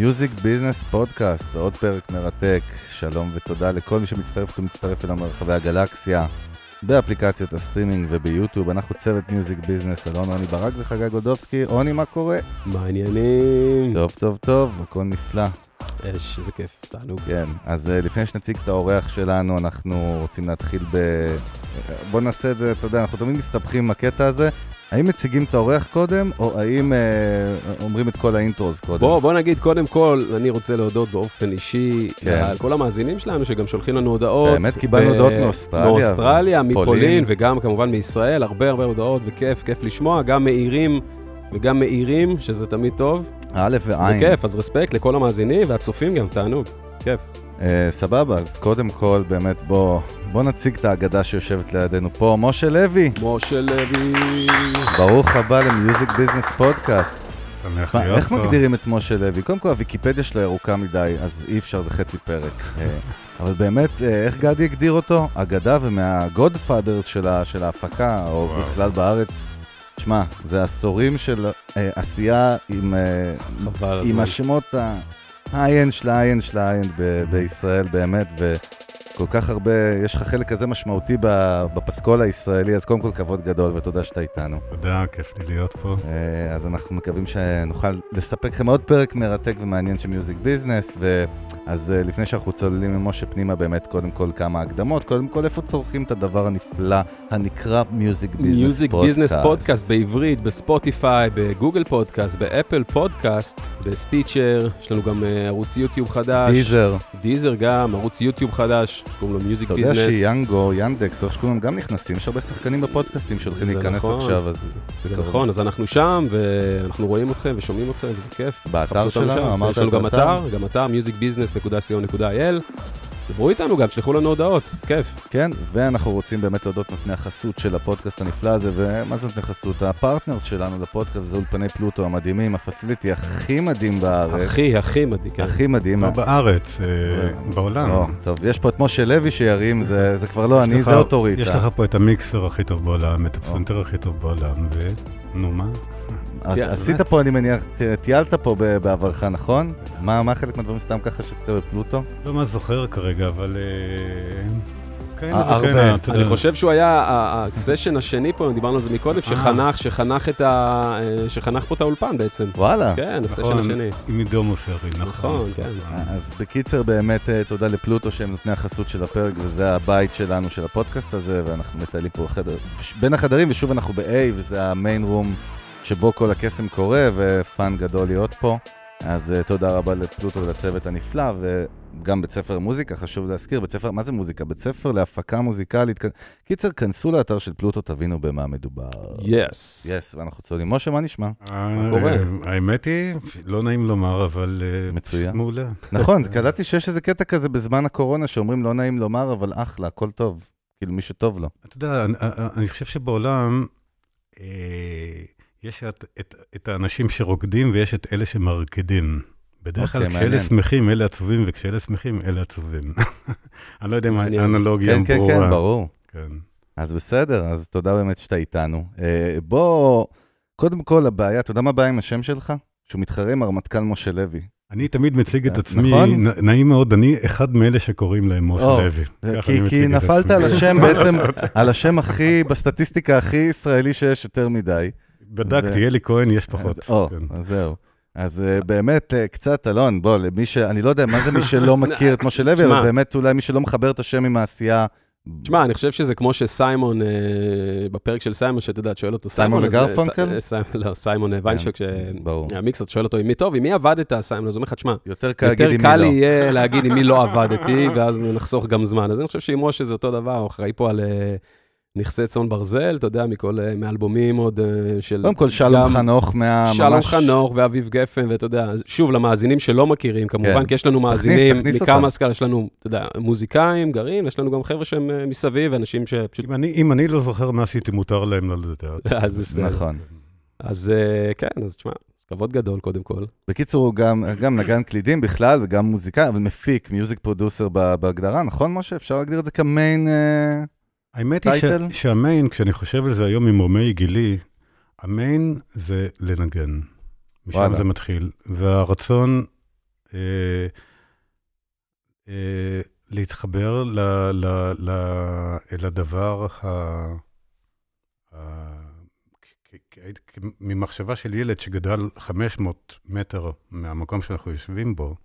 מיוזיק ביזנס פודקאסט, עוד פרק מרתק. שלום ותודה לכל מי שמצטרף ומצטרף אלינו מרחבי הגלקסיה, באפליקציות הסטרימינג וביוטיוב. אנחנו צוות מיוזיק ביזנס, אלון עוני ברק וחגי גודובסקי. עוני, מה קורה? מה העניינים? טוב, הכל נפלא. איזה כיף, תענוג. כן, אז לפני שנציג את האורח שלנו, אנחנו רוצים להתחיל בוא נעשה את זה, אתה יודע, אנחנו תמיד מסתבכים עם הקטע הזה. האם מציגים את האורח קודם, או האם אומרים את כל האינטרוז קודם? בוא נגיד, קודם כל, אני רוצה להודות באופן אישי, לכל המאזינים שלנו, שגם שולחים לנו הודעות. באמת קיבלנו הודעות מאוסטרליה, מפולין, וגם כמובן מישראל, הרבה הודעות, וכיף לשמוע, גם מאירים, שזה תמיד טוב. א' ועין. זה כיף, אז רספקט לכל המאזינים, והצופים גם, תענוג, כיף. סבבה, אז קודם כל, באמת, בוא נציג את האגדה שיושבת לידינו פה, משה לוי. משה לוי. ברוך הבא למיוזיק ביזנס פודקאסט. שמח להיות פה. איך מגדירים את משה לוי? קודם כל, הוויקיפדיה שלו ארוכה מדי, אז אי אפשר, זה חצי פרק. אבל באמת, איך גדי הגדיר אותו? אגדה ומהגודפאדרס של ההפקה, או בכלל בארץ. תשמע, זה עשורים של עשייה עם השמות העין של העין בישראל באמת, וכל כך הרבה, יש לך חלק כזה משמעותי בפסקול הישראלי, אז קודם כל כבוד גדול ותודה שאתה איתנו. תודה, כיף לי להיות פה. אז אנחנו מקווים שנוכל לספק לכם עוד פרק מרתק ומעניין של מיוזיק ביזנס, אז לפני שאנחנו צוללים עם משה פנימה באמת, קודם כל כמה הקדמות, קודם כל איפה צורכים את הדבר הנפלא הנקרא מיוזיק ביזנס פודקאסט? מיוזיק ביזנס פודקאסט בעברית, בספוטיפיי, בגוגל פודקאסט, באפל פודקאסט, בסטיצ'ר, יש לנו גם ערוץ יוטיוב חדש. דיזר גם, ערוץ יוטיוב חדש, קוראים לו מיוזיק ביזנס. אתה יודע שיאנגו, ינדקס, או שכולם גם נכנסים, יש הרבה שחקנים בפודקאסטים שהולכים להיכנס עכשיו, אז... זה נכון, אז אנחנו שם, ואנחנו רואים אתכם ושומעים אתכם, וזה כיף. באתר שלנו, אמרת יש לנו גם אתר, musicbusiness.co.il. דברו איתנו גם, שלחו לנו הודעות, כיף. כן, ואנחנו רוצים באמת להודות נותני החסות של הפודקאסט הנפלא הזה, ומה זה נותני חסות? הפרטנרס שלנו לפודקאסט זה אולפני פלוטו המדהימים, הפסיליטי הכי מדהים בארץ. הכי מדהים, כן. הכי מדהים. לא בארץ, בעולם. טוב, יש פה את משה לוי שירים, זה כבר לא אני, זה אוטוריטה. יש לך פה את המיקסר הכי טוב בעולם, את הפסנתר הכי טוב בעולם, נו מה? אז עשית פה, אני מניח, טיילת פה בעברך, נכון? מה חלק מהדברים סתם ככה שעשית בפלוטו? לא מה זוכר כרגע, אבל... הרבה. אני חושב שהוא היה הסשן השני פה, דיברנו על זה מקודם, שחנך פה את האולפן בעצם. וואלה. כן, הסשן השני. עם עידו מוסרי, נכון, כן. אז בקיצר באמת תודה לפלוטו שהם נותני החסות של הפרק, וזה הבית שלנו של הפודקאסט הזה, ואנחנו מטיילים פה בין החדרים, ושוב אנחנו ב-A, וזה המיין רום שבו כל הקסם קורה, ופן גדול להיות פה. אז תודה רבה לפלוטו ולצוות הנפלא, וגם בית ספר מוזיקה, חשוב להזכיר, בית ספר, מה זה מוזיקה? בית ספר להפקה מוזיקלית. קיצר, כנסו לאתר של פלוטו, תבינו במה מדובר. יס. יס, ואנחנו צודקים. משה, מה נשמע? מה קורה? האמת היא, לא נעים לומר, אבל... מצוין. מעולה. נכון, קלטתי שיש איזה קטע כזה בזמן הקורונה, שאומרים לא נעים לומר, אבל אחלה, הכל טוב. כאילו מי שטוב לו. אתה יודע, אני חושב שבעולם... יש את האנשים שרוקדים ויש את אלה שמרקדים. בדרך כלל כשאלה שמחים, אלה עצובים, וכשאלה שמחים, אלה עצובים. אני לא יודע מה האנלוגיה ברורה. כן, ברור. אז בסדר, אז תודה באמת שאתה איתנו. בוא, קודם כל הבעיה, אתה יודע מה הבעיה עם השם שלך? שהוא מתחרה עם הרמטכ"ל משה לוי. אני תמיד מציג את עצמי, נעים מאוד, אני אחד מאלה שקוראים להם משה לוי. כי נפלת על השם בעצם, על השם הכי, בסטטיסטיקה הכי ישראלי שיש יותר מדי. בדקתי, אלי כהן יש פחות. אז זהו. אז באמת, קצת, אלון, בוא, אני לא יודע מה זה מי שלא מכיר את משה לוי, אבל באמת אולי מי שלא מחבר את השם עם העשייה. תשמע, אני חושב שזה כמו שסיימון, בפרק של סיימון, שאתה יודע, שואל אותו סיימון וגרפונקל? לא, סיימון ויינשוק, שהמיקסר שואל אותו, עם מי טוב, עם מי עבדת, סיימון? אז הוא אומר לך, תשמע, יותר קל לי יהיה להגיד עם מי לא עבדתי, ואז נחסוך גם זמן. אז אני חושב שעם משה זה אותו דבר, הוא אחראי פה על... נכסי צאן ברזל, אתה יודע, מאלבומים עוד של... קודם כל, שלום חנוך שלום חנוך ואביב גפן, ואתה יודע, שוב, למאזינים שלא מכירים, כמובן, כי יש לנו מאזינים מכמה סקל, יש לנו, אתה יודע, מוזיקאים, גרים, יש לנו גם חבר'ה שהם מסביב, אנשים שפשוט... אם אני לא זוכר מה עשיתי, מותר להם לא לדעת. אז בסדר. נכון. אז כן, אז תשמע, כבוד גדול קודם כל. בקיצור, הוא גם נגן קלידים בכלל, וגם מוזיקאי, אבל מפיק, מיוזיק פרודוסר בהגדרה, נכון משה? אפשר להגדיר את זה כמיין... האמת היא שהמיין, כשאני חושב על זה היום עם רומי גילי, המיין זה לנגן. משם זה מתחיל. והרצון להתחבר אל הדבר ממחשבה של ילד שגדל 500 מטר מהמקום שאנחנו יושבים בו,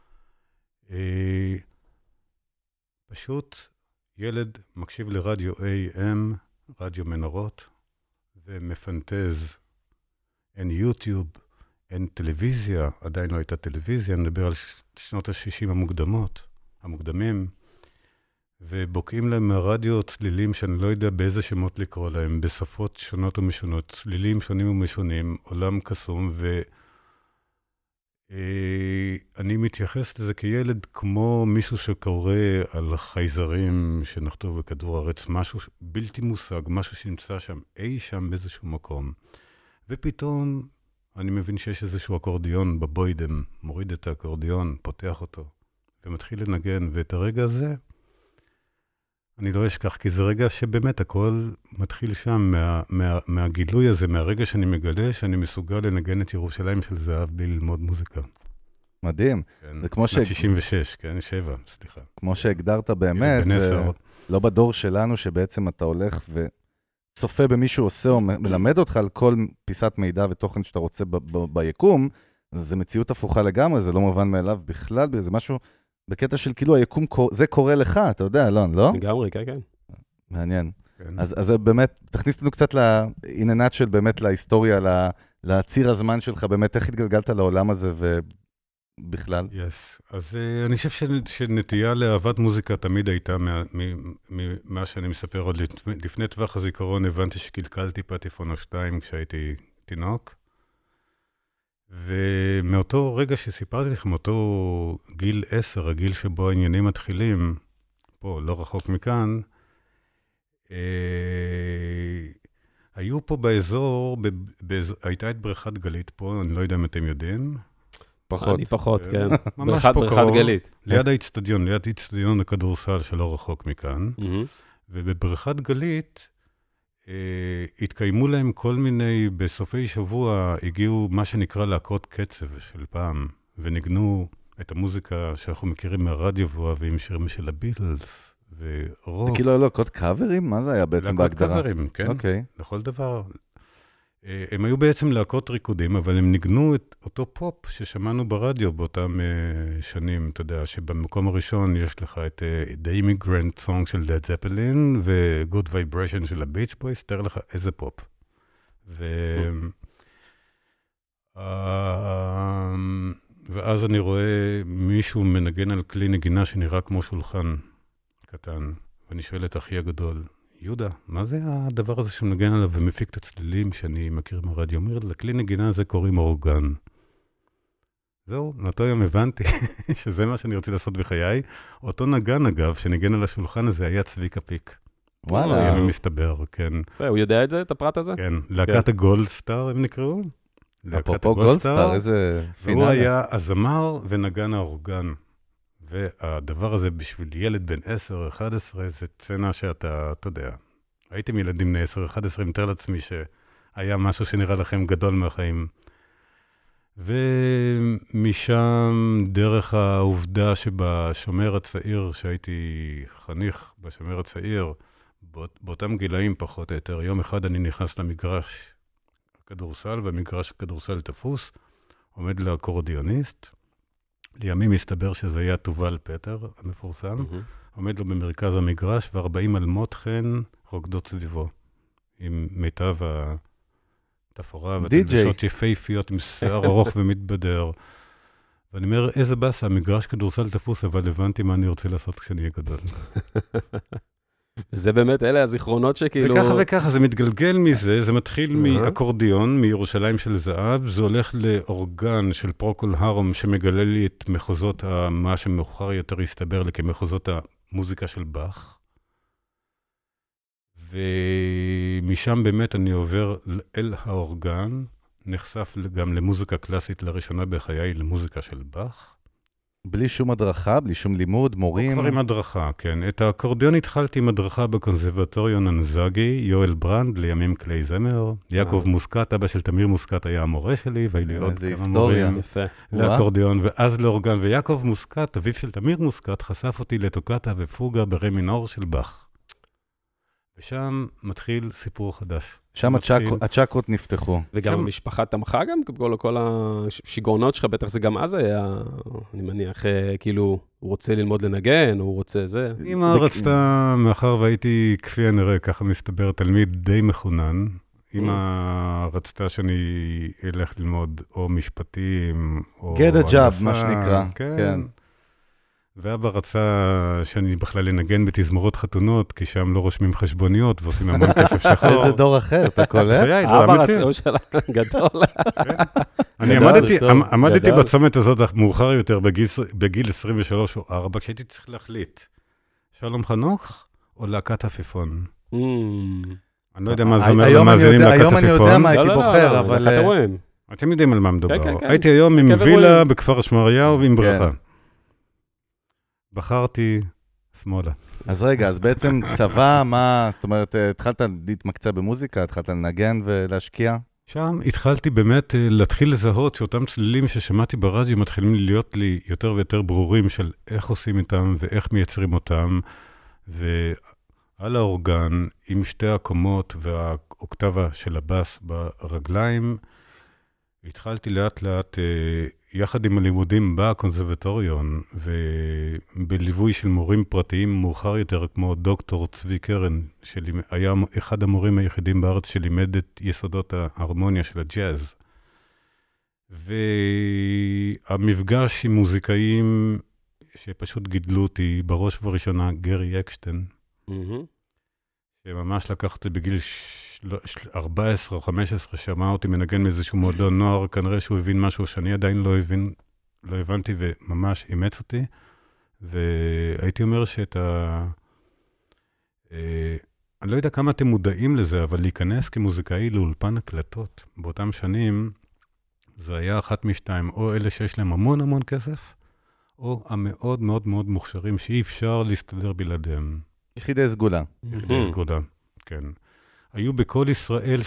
פשוט ילד מקשיב לרדיו AM, רדיו מנורות, ומפנטז. אין יוטיוב, אין טלוויזיה, עדיין לא הייתה טלוויזיה, נדבר על שנות ה-60 המוקדמים, ובוקעים להם מהרדיו צלילים שאני לא יודע באיזה שמות לקרוא להם, בשפות שונות ומשונות, צלילים שונים ומשונים, עולם קסום, ואני מתייחס לזה כילד כמו מישהו שקורא על חייזרים שנחתו בכדור הארץ, משהו בלתי מושג, משהו שנמצא שם, אי שם באיזשהו מקום. ופתאום אני מבין שיש איזשהו אקורדיון בבוידם, מוריד את האקורדיון, פותח אותו, ומתחיל לנגן, ואת הרגע הזה אני לא אשכח, כי זה רגע שבאמת הכל מתחיל שם, מהגילוי הזה, מהרגע שאני מגלה שאני מסוגל לנגן את ירושלים של זהב בלי ללמוד מוזיקה. מדהים. כן, זה כמו 66, כן, 7, סליחה. כמו שהגדרת באמת, זה לא בדור שלנו שבעצם אתה הולך וצופה במישהו עושה או מלמד אותך על כל פיסת מידע ותוכן שאתה רוצה ביקום, זה מציאות הפוכה לגמרי, זה לא מובן מאליו בכלל, זה משהו בקטע של כאילו היקום, זה קורה לך, אתה יודע, אלון, לא? לגמרי, כן, כן. מעניין. אז זה באמת, תכניס לנו קצת לעיננת של באמת להיסטוריה, לציר הזמן שלך, באמת איך התגלגלת לעולם הזה ובכלל? אז אני חושב שנטייה לאהבת מוזיקה תמיד הייתה ממה שאני מספר עוד לפני טווח הזיכרון, הבנתי שקלקלתי פטיפון או 2 כשהייתי תינוק, ומאותו רגע שסיפרתי לכם, אותו גיל 10, הגיל שבו העניינים מתחילים, פה, לא רחוק מכאן, היו פה באזור, הייתה את בריכת גלית פה, אני לא יודע אם אתם יודעים. פחות. אני פחות, כן. ממש פה בריכת גלית. ליד האצטדיון הכדורסל שלא רחוק מכאן, ובבריכת גלית, התקיימו להם כל מיני, בסופי שבוע הגיעו מה שנקרא להקות קצב של פעם, ונגנו את המוזיקה שאנחנו מכירים מהרדיו ואוהבים, שירים של הביטלס ורוק. זה כאילו להקות קאברים? מה זה היה בעצם בהגדרה? להקות קאברים, כן. אוקיי. לכל דבר. הם היו בעצם להקות ריקודים, אבל הם ניגנו את אותו פופ ששמענו ברדיו באותם שנים, אתה יודע, שבמקום הראשון יש לך את The Immigrant Song של Led Zeppelin ו-Good Vibration של ה-Beach Boys, תאר לך איזה פופ. ואז אני רואה מישהו מנגן על כלי נגינה שנראה כמו שולחן קטן, ואני שואל את אחי הגדול, יהודה, מה זה הדבר הזה שמנגן עליו ומפיק את הצלילים שאני מכיר מהרדיו? אומר, לכלי נגינה הזה קוראים אורגן. זהו, מאותו יום הבנתי שזה מה שאני רוצה לעשות בחיי. אותו נגן, אגב, שניגן על השולחן הזה, היה צביקה פיק. וואלה. אני מסתבר, כן. הוא יודע את זה, את הפרט הזה? כן, להקת הגולדסטאר הם נקראו. אפרופו גולדסטאר, איזה פינאלה. והוא היה הזמר ונגן האורגן. והדבר הזה בשביל ילד בן 10-11, זה צנה שאתה יודע, הייתם ילדים בני 10-11, מתאר לעצמי שהיה משהו שנראה לכם גדול מהחיים. ומשם דרך העובדה שבשומר הצעיר, שהייתי חניך בשומר הצעיר, באותם גילאים פחות או יותר, יום אחד אני נכנס למגרש הכדורסל, והמגרש הכדורסל תפוס, עומד לאקורדיוניסט, לימים מסתבר שזה היה תובל פטר המפורסם, עומד לו במרכז המגרש, ו40 אלמות חן רוקדות סביבו, עם מיטב התפאורה, ותלבשות יפהפיות עם שיער ארוך ומתבדר. ואני אומר, איזה באסה, המגרש כדורסל תפוס, אבל הבנתי מה אני רוצה לעשות כשאני אהיה גדול. זה באמת, אלה הזיכרונות שכאילו... וככה וככה, זה מתגלגל מזה, זה מתחיל מאקורדיון, מירושלים של זהב, זה הולך לאורגן של פרוקול הרום, שמגלה לי את מחוזות, מה שמאוחר יותר יסתבר לי כמחוזות המוזיקה של באך. ומשם באמת אני עובר אל האורגן, נחשף גם למוזיקה קלאסית לראשונה בחיי, למוזיקה של באך. בלי שום הדרכה, בלי שום לימוד, מורים? כבר עם הדרכה, כן. את האקורדיון התחלתי עם הדרכה בקונסרבטוריון הנזגי, יואל ברנד, לימים קלי זמר, יעקב מוסקת, אבא של תמיר מוסקת היה המורה שלי, והיו לי עוד כמה מורים לאקורדיון, ואז לאורגן, ויעקב מוסקת, אביו של תמיר מוסקת, חשף אותי לטוקטה ופוגה ברי מינור של באך. ושם מתחיל סיפור חדש. שם הצ'קרות נפתחו. וגם המשפחה תמכה גם, כל השיגעונות שלך, בטח זה גם אז היה, אני מניח, כאילו, הוא רוצה ללמוד לנגן, הוא רוצה זה. אמא רצתה, מאחר והייתי, כפי הנראה, ככה מסתבר, תלמיד די מחונן, אמא רצתה שאני אלך ללמוד או משפטים, או... get a job, מה שנקרא. כן. ואבא רצה שאני בכלל לנגן בתזמורות חתונות, כי שם לא רושמים חשבוניות ועושים המון כסף שחור. איזה דור אחר, אתה קולט? אבא רצה, הוא שלה גדול. אני עמדתי בצומת הזאת מאוחר יותר, בגיל 23 או 4, כשהייתי צריך להחליט, שלום חנוך או להקת עפיפון? אני לא יודע מה זה אומר למאזינים להקת עפיפון. היום אני יודע מה הייתי בוחר, אבל... אתם יודעים על מה מדובר. הייתי היום עם וילה בכפר שמריהו ועם ברכה. בחרתי שמאלה. אז רגע, אז בעצם צבא, מה, זאת אומרת, התחלת להתמקצע במוזיקה, התחלת לנגן ולהשקיע? שם התחלתי באמת להתחיל לזהות שאותם צלילים ששמעתי ברדיו מתחילים להיות לי יותר ויותר ברורים של איך עושים איתם ואיך מייצרים אותם, ועל האורגן עם שתי הקומות והאוקטבה של הבאס ברגליים, התחלתי לאט לאט יחד עם הלימודים בקונסרבטוריון, ובליווי של מורים פרטיים מאוחר יותר, כמו דוקטור צבי קרן, שהיה אחד המורים היחידים בארץ שלימד את יסודות ההרמוניה של הג'אז. והמפגש עם מוזיקאים שפשוט גידלו אותי, בראש ובראשונה גרי אקשטיין, שממש לקח אותי בגיל 14 או 15, שמע אותי מנגן מאיזשהו מועדון נוער, כנראה שהוא הבין משהו שאני עדיין לא הבנתי, וממש אימץ אותי, והייתי אומר אני לא יודע כמה אתם מודעים לזה, אבל להיכנס כמוזיקאי לאולפן הקלטות, באותם שנים, זה היה אחת משתיים, או אלה שיש להם המון המון כסף, או המאוד מאוד מאוד מוכשרים, שאי אפשר להסתדר בלעדיהם. יחידי סגולה. יחידי סגולה, כן. היו בכל ישראל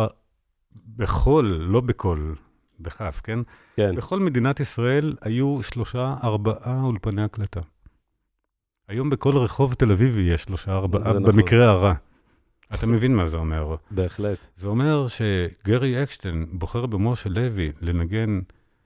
לא בכל, בכף, כן? כן. בכל מדינת ישראל היו 3-4 אולפני הקלטה. היום בכל רחוב תל אביבי יש 3-4, במקרה הרע. אתה מבין מה זה אומר? בהחלט. זה אומר שגרי אקשטיין בוחר במשה לוי לנגן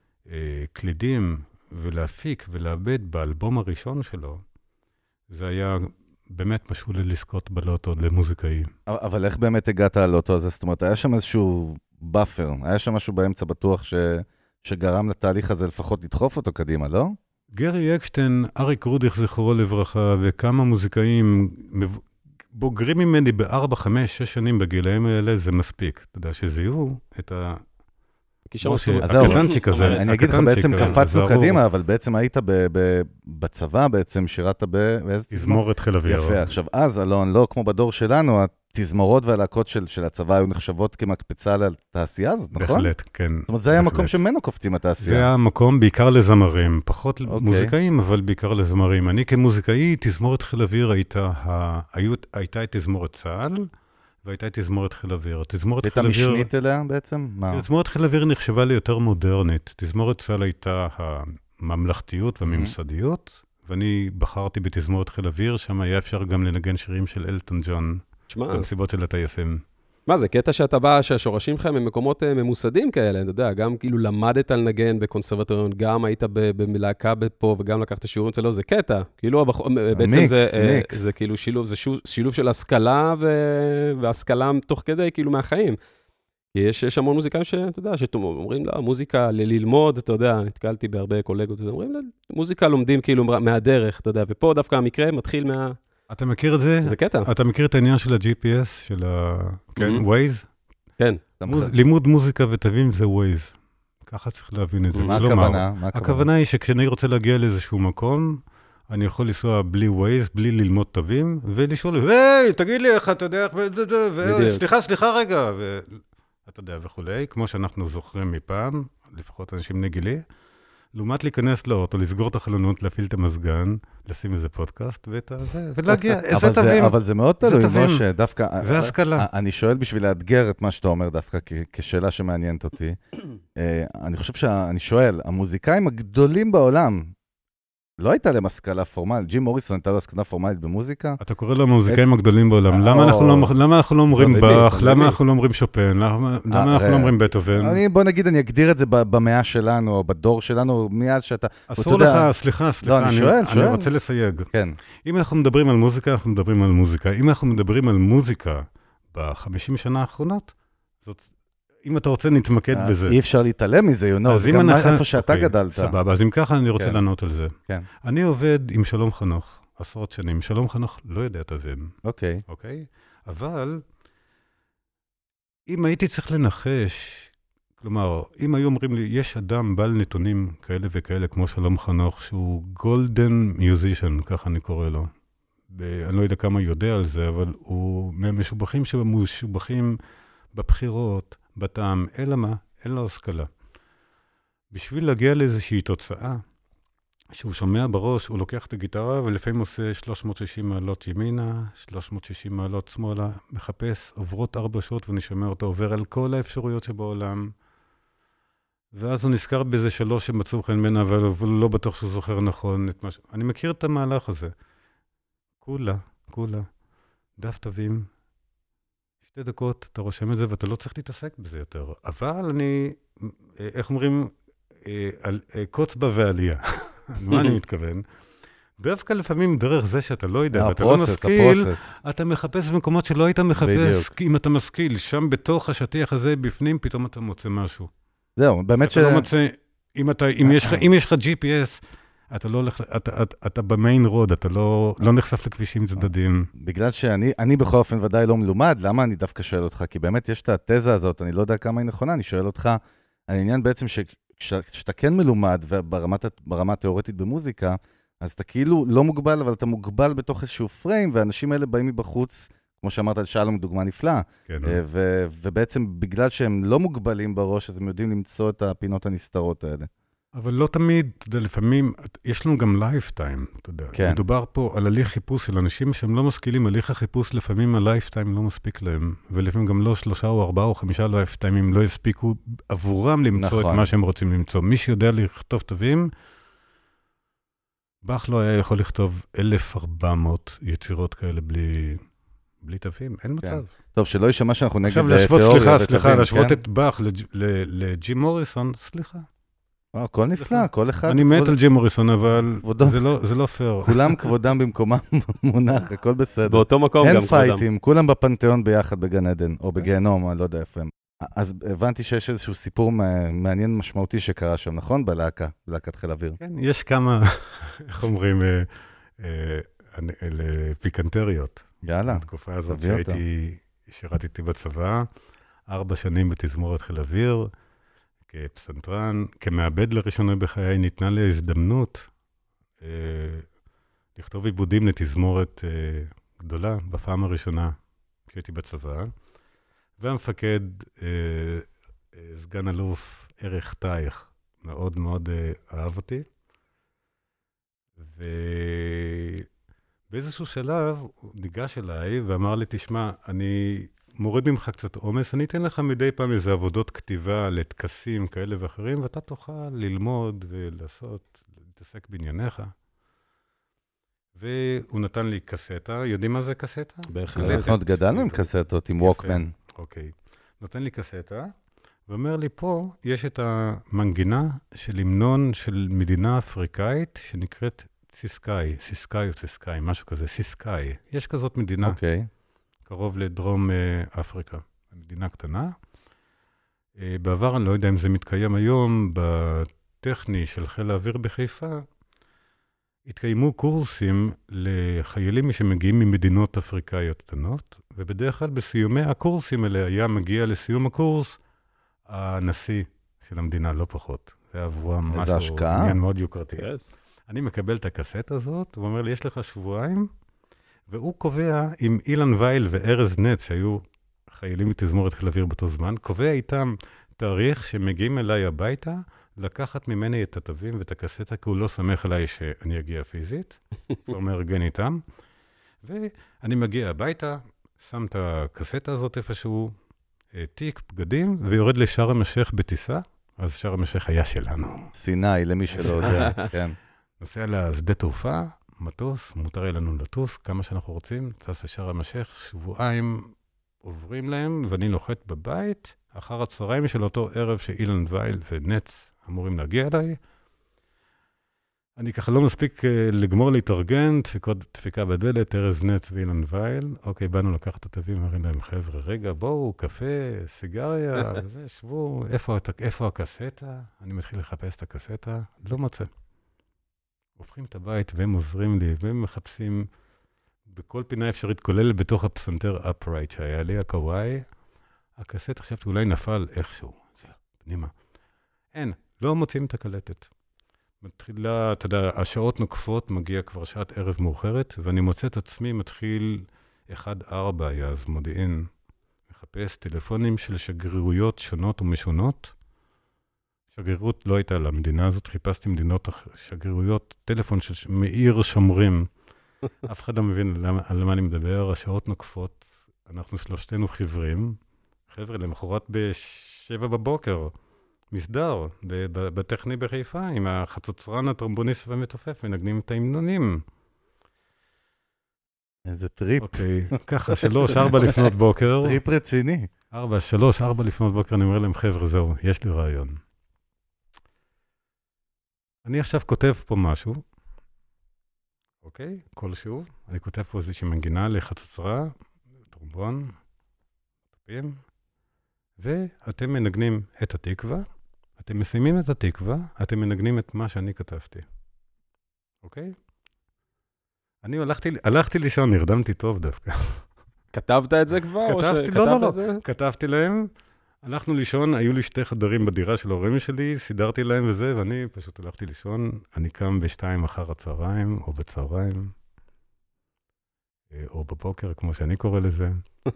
קלידים ולהפיק ולאבד באלבום הראשון שלו. זה היה באמת משהו לזכות בלוטו למוזיקאי. אבל איך באמת הגעת ללוטו הזה? זאת אומרת, היה שם איזשהו באפר, היה שם משהו באמצע בטוח שגרם לתהליך הזה לפחות לדחוף אותו קדימה, לא? גרי אקשטיין, אריק רודיך זכרו לברכה, וכמה מוזיקאים בוגרים ממני ב4, 5, 6 שנים בגילאים האלה, זה מספיק. אתה יודע, שזיהו את הקטנצ'יק הזה. אני אגיד לך, בעצם קפצנו קדימה, אבל בעצם היית בצבא, בעצם שירת באיזה תזמורת חיל אוויר. יפה, עכשיו, אז, אלון, לא כמו בדור שלנו, התזמורות והלהקות של הצבא היו נחשבות כמקפצה לתעשייה הזאת, נכון? בהחלט, כן. זאת אומרת, זה היה מקום שממנו קופצים התעשייה. זה היה מקום בעיקר לזמרים, פחות מוזיקאים, אבל בעיקר לזמרים. אני כמוזיקאי, תזמורת חיל אוויר הייתה תזמורת צה"ל, והייתה תזמורת חיל אוויר. הייתה משנית אליה בעצם? תזמורת חיל אוויר נחשבה ליותר מודרנית. תזמורת צה"ל הייתה הממלכתיות והממסדיות, ואני בחרתי בתזמורת חיל אוויר, שם היה אפשר גם לנגן שירים של אלטון ג'ון, במסיבות של הטייסים. מה, זה קטע שאתה בא, שהשורשים שלך הם ממקומות ממוסדים כאלה, אתה יודע, גם כאילו למדת על נגן בקונסרבטוריון, גם היית בלהקה פה, וגם לקחת שיעורים אצלו, זה קטע. כאילו, בעצם זה כאילו שילוב של השכלה, והשכלה תוך כדי, כאילו, מהחיים. יש המון מוזיקאים שאתה יודע, שאומרים לה, מוזיקה ללמוד, אתה יודע, נתקלתי בהרבה קולגות, אומרים לה, מוזיקה לומדים כאילו מהדרך, אתה יודע, ופה דווקא המקרה מתחיל אתה מכיר את זה? זה קטע. אתה מכיר את העניין של ה-GPS, של ה-Waze? כן. לימוד מוזיקה ותווים זה Waze. ככה צריך להבין את זה. מה הכוונה? הכוונה היא שכשאני רוצה להגיע לאיזשהו מקום, אני יכול לנסוע בלי Waze, בלי ללמוד תווים, ולשאול, היי, תגיד לי איך אתה יודע, סליחה רגע, אתה יודע וכולי, כמו שאנחנו זוכרים מפעם, לפחות אנשים נגילי, לעומת להיכנס לאוטו, לסגור את החלונות, להפעיל את המזגן, לשים איזה פודקאסט, ולהגיע, איזה תווים. אבל זה מאוד תלוי, משה, דווקא... זה השכלה. אני שואל בשביל לאתגר את מה שאתה אומר דווקא, כשאלה שמעניינת אותי. אני חושב שאני שואל, המוזיקאים הגדולים בעולם, לא הייתה להם השכלה פורמלית. ג'ים מוריסון הייתה לו השכלה פורמלית במוזיקה. אתה קורא לו המוזיקאים הגדולים בעולם. למה אנחנו לא אומרים באך? למה אנחנו לא אומרים שופן? למה אנחנו לא אומרים בטהובן? בוא נגיד, אני אגדיר את זה במאה שלנו, או בדור שלנו, מאז שאתה... אסור לך, סליחה, אני רוצה לסייג. כן. אם אנחנו מדברים על מוזיקה, אנחנו מדברים על מוזיקה. אם אנחנו מדברים על מוזיקה ב-50 שנה האחרונות, זאת... אם אתה רוצה, נתמקד בזה. אי אפשר להתעלם מזה, יונו, זה גם איפה שאתה גדלת. סבבה, אז אם ככה אני רוצה לענות על זה. כן. אני עובד עם שלום חנוך, עשרות שנים. שלום חנוך לא יודע תווים. אוקיי. אוקיי? אבל, אם הייתי צריך לנחש, כלומר, אם היו אומרים לי, יש אדם בעל נתונים כאלה וכאלה, כמו שלום חנוך, שהוא גולדן מיוזישן, ככה אני קורא לו. אני לא יודע כמה יודע על זה, אבל הוא משובחים שמשובחים בבחירות, בטעם, אלא מה? אין לו השכלה. בשביל להגיע לאיזושהי תוצאה, שהוא שומע בראש, הוא לוקח את הגיטרה, ולפעמים עושה 360 מעלות ימינה, 360 מעלות שמאלה, מחפש, עוברות 4 שעות, ואני שומע אותו עובר על כל האפשרויות שבעולם, ואז הוא נזכר באיזה 3 שמצאו חן ממנה, אבל הוא לא בטוח שהוא זוכר נכון את מה אני מכיר את המהלך הזה. כולה, דף תווים, 2 דקות, אתה רושם את זה, ואתה לא צריך להתעסק בזה יותר. אבל אני, איך אומרים, קוצבה ועלייה. מה אני מתכוון? דווקא לפעמים דרך זה שאתה לא יודע, ואתה לא משכיל, אתה מחפש במקומות שלא היית מחפש, אם אתה משכיל, שם בתוך השטיח הזה, בפנים, פתאום אתה מוצא משהו. זהו, באמת אתה לא מוצא, אם יש לך GPS, אתה לא הולך, אתה במיין רוד, אתה לא נחשף לכבישים צדדים. בגלל שאני בכל אופן ודאי לא מלומד, למה אני דווקא שואל אותך? כי באמת יש את התזה הזאת, אני לא יודע כמה היא נכונה, אני שואל אותך, העניין בעצם שכשאתה כן מלומד, וברמה התיאורטית במוזיקה, אז אתה כאילו לא מוגבל, אבל אתה מוגבל בתוך איזשהו פריים, והאנשים האלה באים מבחוץ, כמו שאמרת על שלום, דוגמה נפלאה. כן. ובעצם בגלל שהם לא מוגבלים בראש, אז הם יודעים למצוא את הפינות הנסתרות האלה. אבל לא תמיד, אתה יודע, לפעמים, יש לנו גם לייפטיים, אתה יודע. כן. מדובר פה על הליך חיפוש של אנשים שהם לא משכילים, הליך החיפוש לפעמים הלייפטיים לא מספיק להם, ולפעמים גם לא 3 או 4 או 5 לייפטיימים לא הספיקו עבורם למצוא את מה שהם רוצים למצוא. מי שיודע לכתוב תווים, באך לא היה יכול לכתוב 1,400 יצירות כאלה בלי תווים, אין מצב. טוב, שלא יישמע שאנחנו נגד תיאוריה. סליחה, להשוות את באך לג'ים מוריסון, סליחה. הכל נפלא, כל אחד... אני מת על ג'ים מוריסון, אבל זה לא פייר. כולם כבודם במקומם מונח, הכל בסדר. באותו מקום גם כבודם. אין פייטים, כולם בפנתיאון ביחד בגן עדן, או בגיהנום, אני לא יודע איפה הם. אז הבנתי שיש איזשהו סיפור מעניין משמעותי שקרה שם, נכון? בלהקת חיל אוויר. כן, יש כמה, איך אומרים, פיקנטריות. יאללה, בתקופה הזאת שירתתי בצבא, 4 שנים בתזמורת חיל אוויר, כפסנתרן, כמעבד לראשונה בחיי, ניתנה לי הזדמנות לכתוב עיבודים לתזמורת גדולה, בפעם הראשונה כשהייתי בצבא, והמפקד, סגן אלוף ערך תייך, מאוד מאוד אהב אותי, ובאיזשהו שלב הוא ניגש אליי ואמר לי, תשמע, אני מוריד ממך קצת עומס, אני אתן לך מדי פעם איזה עבודות כתיבה לתקסים כאלה ואחרים, ואתה תוכל ללמוד ולעשות, להתעסק בענייניך. והוא נתן לי קסטה, יודעים מה זה קסטה? בהחלט. עוד גדלנו עם קסטות, עם ווקמן. אוקיי. נותן לי קסטה, ואומר לי, פה יש את המנגינה של המנון של מדינה אפריקאית, שנקראת סיסקאי, סיסקאי או סיסקאי, משהו כזה, סיסקאי. יש כזאת מדינה. אוקיי. קרוב לדרום אפריקה, מדינה קטנה. בעבר, אני לא יודע אם זה מתקיים היום, בטכני של חיל האוויר בחיפה, התקיימו קורסים לחיילים שמגיעים ממדינות אפריקאיות קטנות, ובדרך כלל בסיומי הקורסים האלה היה מגיע לסיום הקורס הנשיא של המדינה, לא פחות. זה עבורם משהו עניין מאוד יוקרתי. אני מקבל את הקסט הזאת, הוא אומר לי, יש לך שבועיים, והוא קובע עם אילן וייל וארז נץ, שהיו חיילים מתזמורת חיל אוויר באותו זמן, קובע איתם תאריך שמגיעים אליי הביתה, לקחת ממני את התווים ואת הקסטה, כי הוא לא שמח עליי שאני אגיע פיזית, הוא מארגן איתם, ואני מגיע הביתה, שם את הקסטה הזאת איפשהו, תיק, בגדים, ויורד לשארם א-שייח בטיסה, אז שארם א-שייח היה שלנו. סיני, למי שלא יודע, כן. נוסע לשדה תעופה, מטוס, מותר לנו לטוס, כמה שאנחנו רוצים, טס לשארם א-שייח, שבועיים עוברים להם, ואני נוחת בבית, אחר הצהריים של אותו ערב שאילן וייל ונץ אמורים להגיע אליי. אני ככה לא מספיק לגמור להתארגן, דפיקה בדלת, ארז נץ ואילן וייל. אוקיי, באנו לקחת את התווים, אמרים להם, חבר'ה, רגע, בואו, קפה, סיגריה, וזה, שבו, איפה הקסטה? אני מתחיל לחפש את הקסטה, לא מוצא. הופכים את הבית והם עוזרים לי, והם מחפשים בכל פינה אפשרית, כולל בתוך הפסנתר אפרייט שהיה לי, הקוואי. הקסט, חשבתי, אולי נפל איכשהו. זה, פנימה. אין, לא מוצאים את הקלטת. מתחילה, אתה יודע, השעות נוקפות, מגיע כבר שעת ערב מאוחרת, ואני מוצא את עצמי, מתחיל 1-4, היה אז מודיעין, מחפש טלפונים של שגרירויות שונות ומשונות. שגרירות לא הייתה למדינה הזאת, חיפשתי מדינות שגרירויות, טלפון של מעיר שומרים. אף אחד לא מבין על מה אני מדבר, השעות נוקפות, אנחנו שלושתנו חיוורים. חבר'ה, למחרת ב-7 בבוקר, מסדר, בטכני בחיפה, עם החצוצרן, הטרומבוניסט והמתופף, מנגנים את ההמנונים. איזה טריפ. אוקיי, ככה, 3-4 לפנות בוקר. טריפ רציני. 3-4 לפנות בוקר, אני אומר להם, חבר'ה, זהו, יש לי רעיון. אני עכשיו כותב פה משהו, אוקיי, כלשהו, אני כותב פה איזושהי מנגינה לחצוצרה, טרומבון, טופים, ואתם מנגנים את התקווה, אתם מסיימים את התקווה, אתם מנגנים את מה שאני כתבתי. אוקיי? אני הלכתי לישון, נרדמתי טוב דווקא. כתבת את זה כבר? לא. כתבתי להם, הלכנו לישון, היו לי 2 חדרים בדירה של ההורים שלי, סידרתי להם וזה, ואני פשוט הלכתי לישון, אני קם ב-2 אחר הצהריים, או בצהריים, או בבוקר, כמו שאני קורא לזה.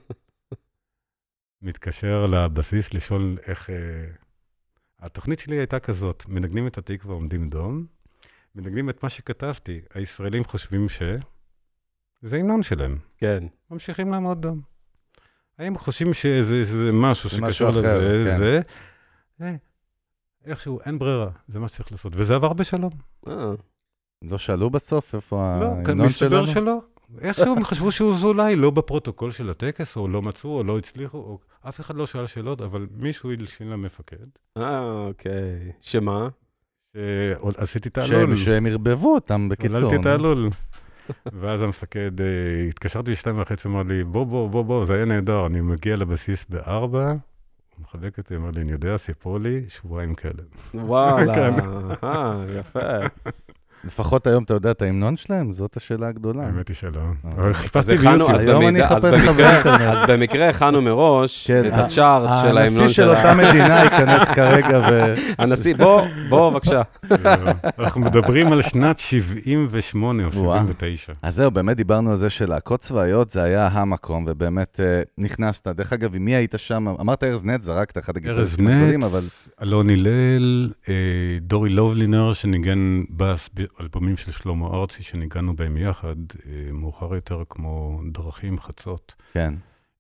מתקשר לבסיס לשאול איך... התוכנית שלי הייתה כזאת, מנגנים את התקווה עומדים דום, מנגנים את מה שכתבתי, הישראלים חושבים שזה המנון שלהם. כן. ממשיכים לעמוד דום. האם חושבים שזה משהו שקשור לזה, זה, איכשהו אין ברירה, זה מה שצריך לעשות, וזה עבר בשלום. לא שאלו בסוף איפה ההמנון שלנו? לא, מסתבר שלא. איכשהו הם חשבו שזה אולי לא בפרוטוקול של הטקס, או לא מצאו, או לא הצליחו, או אף אחד לא שאל שאלות, אבל מישהו הלשין למפקד. אוקיי. שמה? עשיתי את העלול. שהם הרבבו אותם בקיצור. עללתי את העלול. ואז המפקד, התקשרתי ב-2:30, אמר לי, בוא, זה היה נהדר, אני מגיע לבסיס ב-4, הוא מחבק אותי, אמר לי, אני יודע, סיפור לי, שבועיים כאלה. וואלה, יפה. לפחות היום אתה יודע את ההמנון שלהם? זאת השאלה הגדולה. האמת היא שלא. חיפשתי ביוטיוב. היום אני אחפש לך באינטרנט. אז במקרה הכנו מראש את הצ'ארט של ההמנון הנשיא של אותה מדינה ייכנס כרגע ו... הנשיא, בוא, בבקשה. אנחנו מדברים על שנת 78 או 79. אז זהו, באמת דיברנו על זה שלהקות צבאיות, זה היה המקום, ובאמת נכנסת. דרך אגב, עם מי היית שם? אמרת ארז נץ, זרקת אחד הגיטריסטים הגדולים, אבל... ארז נץ, אלון הלל, דורי לובלינר, שניגן בס אלבומים של שלמה ארצי, שניגענו בהם יחד, מאוחר יותר כמו דרכים, חצות. כן.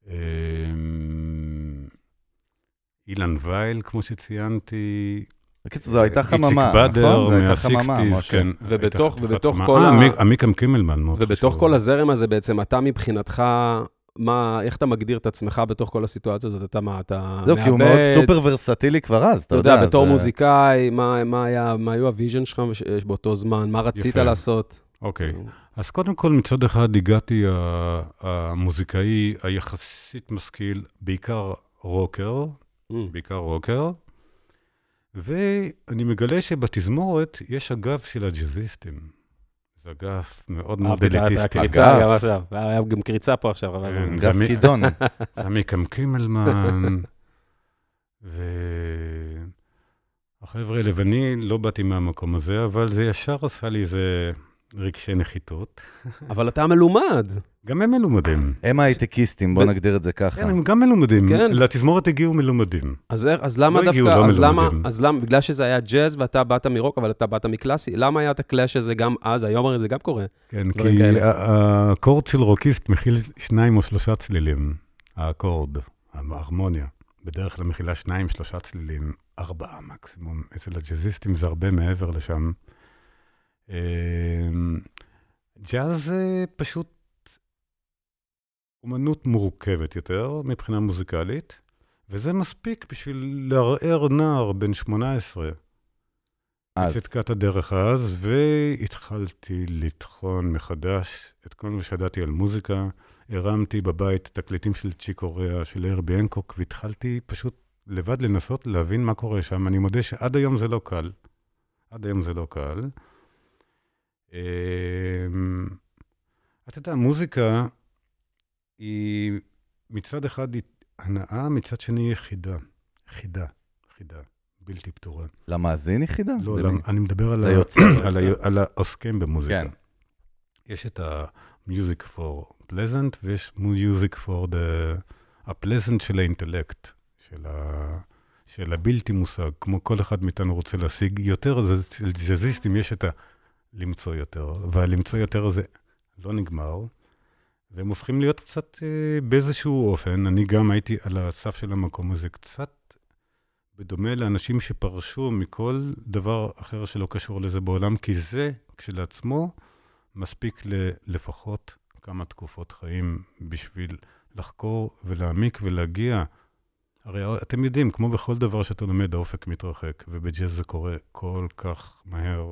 אילן וייל, כמו שציינתי. בקיצור, זו הייתה חממה, נכון? זו הייתה חממה, משה. ובתוך כל עמיקם קימלמן, מאוד חשוב. ובתוך כל הזרם הזה בעצם, אתה מבחינתך, איך אתה מגדיר את עצמך בתוך כל הסיטואציה הזאת? אתה מאבד... זהו, כי הוא מאוד סופר ורסטילי כבר אז, אתה יודע. בתור מוזיקאי, מה היו הוויז'ן שלך באותו זמן? מה רצית לעשות? אוקיי. אז קודם כל, מצד אחד הגעתי המוזיקאי היחסית משכיל, בעיקר רוקר, ואני מגלה שבתזמורת יש אגף של הג'אזיסטים. זה אגף מאוד מאוד אליטיסטי. היה גם קריצה פה עכשיו. אגף כידון. עמיקם קימלמן, והחבר'ה האלה, ואני לא באתי מהמקום הזה, אבל זה ישר עשה לי איזה רגשי נחיתות. אבל אתה מלומד. גם הם מלומדים. הם הייטקיסטים, בוא נגדיר את זה ככה. כן, הם גם מלומדים. כן. לתזמורת הגיעו מלומדים. אז למה לא הגיעו, דווקא, לא אז למה, מלומדים. אז למה, בגלל שזה היה ג'אז ואתה באת מרוק, אבל אתה באת מקלאסי, למה היה את הקלאש הזה גם אז, היום הרי זה גם קורה? כן, דברים כי כאלה. האקורד של רוקיסט מכיל 2 או 3 צלילים. האקורד, ההרמוניה. בדרך כלל מכילה 2-3 צלילים, 4 מקסימום. אצל הג'אזיסטים זה הרבה מעבר לשם. ג'אז זה פשוט אומנות מורכבת יותר מבחינה מוזיקלית, וזה מספיק בשביל לערער נער בן 18. בצדקת הדרך אז, והתחלתי לטחון מחדש את כל מה שידעתי על מוזיקה. הרמתי בבית תקליטים של צ'יק קוריאה, של הרבי הנקוק, והתחלתי פשוט לבד לנסות להבין מה קורה שם. אני מודה שעד היום זה לא קל. עד היום זה לא קל. אתה יודע, מוזיקה היא מצד אחד הנאה, מצד שני יחידה. חידה. בלתי פתורה. למאזין יחידה? לא, אני מדבר על העוסקים במוזיקה. כן. יש את ה-music for pleasant, ויש music for the pleasant של האינטלקט, של הבלתי מושג, כמו כל אחד מאיתנו רוצה להשיג יותר, אז אצל ג'אזיסטים יש את למצוא יותר, והלמצוא יותר הזה לא נגמר, והם הופכים להיות קצת באיזשהו אופן, אני גם הייתי על הסף של המקום הזה קצת, בדומה לאנשים שפרשו מכל דבר אחר שלא קשור לזה בעולם, כי זה כשלעצמו מספיק לפחות כמה תקופות חיים בשביל לחקור ולהעמיק ולהגיע. הרי אתם יודעים, כמו בכל דבר שאתה לומד, האופק מתרחק, ובג'אז זה קורה כל כך מהר.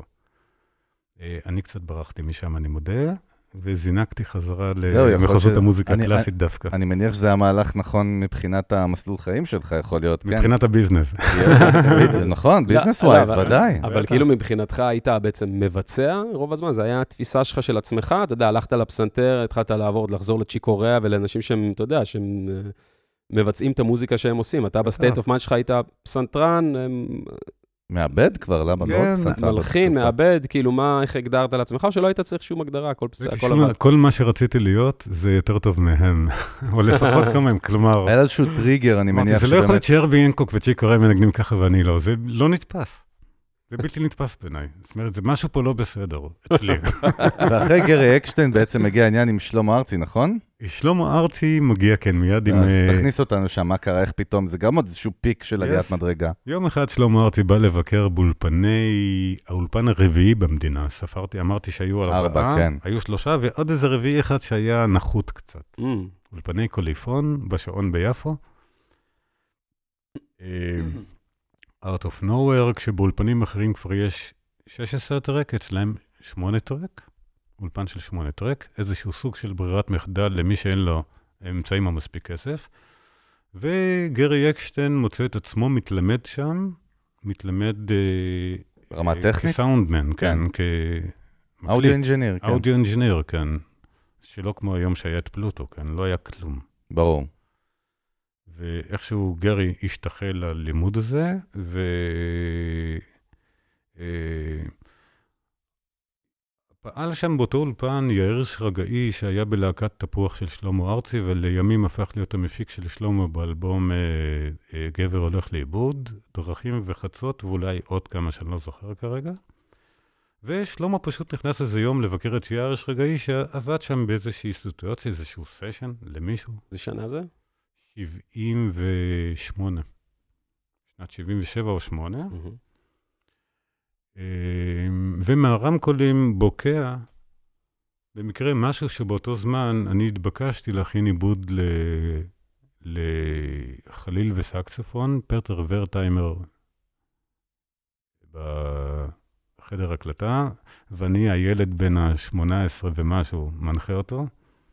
אני קצת ברחתי משם, אני מודה, וזינקתי חזרה למחוזות המוזיקה הקלאסית דווקא. אני מניח שזה המהלך נכון מבחינת המסלול חיים שלך, יכול להיות, כן? מבחינת הביזנס. נכון, ביזנס ווייז, ודאי. אבל כאילו מבחינתך היית בעצם מבצע רוב הזמן, זה היה התפיסה שלך של עצמך, אתה יודע, הלכת לפסנתר, התחלת לחזור לצ'יק קוריאה ולאנשים שהם, אתה יודע, שהם מבצעים את המוזיקה שהם עושים. אתה בסטייט אוף מיינד שלך היית פסנתרן, מעבד כבר, למה לא פסנתר? מלחין, מעבד, כאילו מה, איך הגדרת לעצמך, או שלא היית צריך שום הגדרה, כל מה שרציתי להיות, זה יותר טוב מהם, או לפחות כמה, כלומר... היה איזשהו טריגר, אני מניח שבאמת... זה לא יכול להיות שהרבי הנקוק וצ'יק קוריאה מנגנים ככה ואני לא, זה לא נתפס. זה בלתי נתפס בעיניי. זאת אומרת, זה משהו פה לא בסדר, אצלי. ואחרי גרי אקשטיין בעצם מגיע העניין עם שלמה ארצי, נכון? שלמה ארצי מגיע, כן, מיד עם... אז תכניס אותנו שם, מה קרה, איך פתאום, זה גם עוד איזשהו פיק של עליית מדרגה. יום אחד שלמה ארצי בא לבקר באולפני, האולפן הרביעי במדינה, ספרתי, אמרתי שהיו 4, כן. היו 3, ועוד איזה רביעי אחד שהיה נחות קצת. אולפני קוליפון, בשעון ביפו. Art of Nowhere, כשבאולפנים אחרים כבר יש 16 טרק, אצלהם 8 טרק, אולפן של 8 טרק, איזשהו סוג של ברירת מחדל למי שאין לו אמצעים המספיק כסף, וגרי אקשטיין מוצא את עצמו מתלמד שם, מתלמד ברמה טכנית? כסאונדמן, כן, אודיו אינג'יניר, כן. אודיו אינג'יניר, כן, שלא כמו היום שהיה את פלוטו, כן, לא היה כלום. ברור. ואיכשהו גרי השתחל ללימוד הזה, פעל שם באותו אולפן יאיר שרגאי, שהיה בלהקת תפוח של שלמה ארצי, ולימים הפך להיות המפיק של שלמה באלבום גבר הולך לאיבוד, דרכים וחצות, ואולי עוד כמה שאני לא זוכר כרגע. ושלמה פשוט נכנס איזה יום לבקר את יאיר שרגאי, שעבד שם באיזושהי סיטואציה, איזשהו סשן למישהו. זה שנה זה? 78. שנת 77 או 8. ומהרמקולים בוקע, במקרה משהו שבאותו זמן אני התבקשתי להכין עיבוד לחליל וסקסופון, פרטר ורטיימר בחדר הקלטה, ואני הילד בין ה-18 ומשהו מנחה אותו,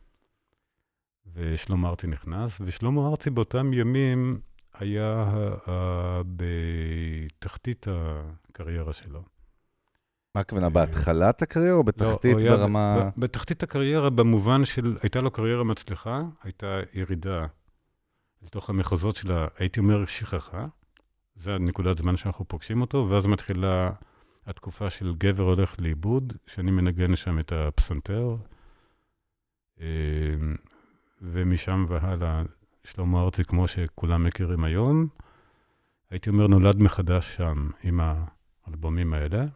ושלמה ארצי נכנס, ושלמה ארצי באותם ימים היה בתחתית הקריירה שלו. מה הכוונה, בהתחלת הקריירה או בתחתית ברמה... בתחתית הקריירה במובן של, הייתה לו קריירה מצליחה, הייתה ירידה לתוך המחוזות שלה, הייתי אומר שכחה, זה הנקודת זמן שאנחנו פוגשים אותו, ואז מתחילה התקופה של גבר הולך לאיבוד, שאני מנגן שם את הפסנתר, ומשם והלאה, שלמה ארצי, כמו שכולם מכירים היום, הייתי אומר, נולד מחדש שם עם האלבומים האלה.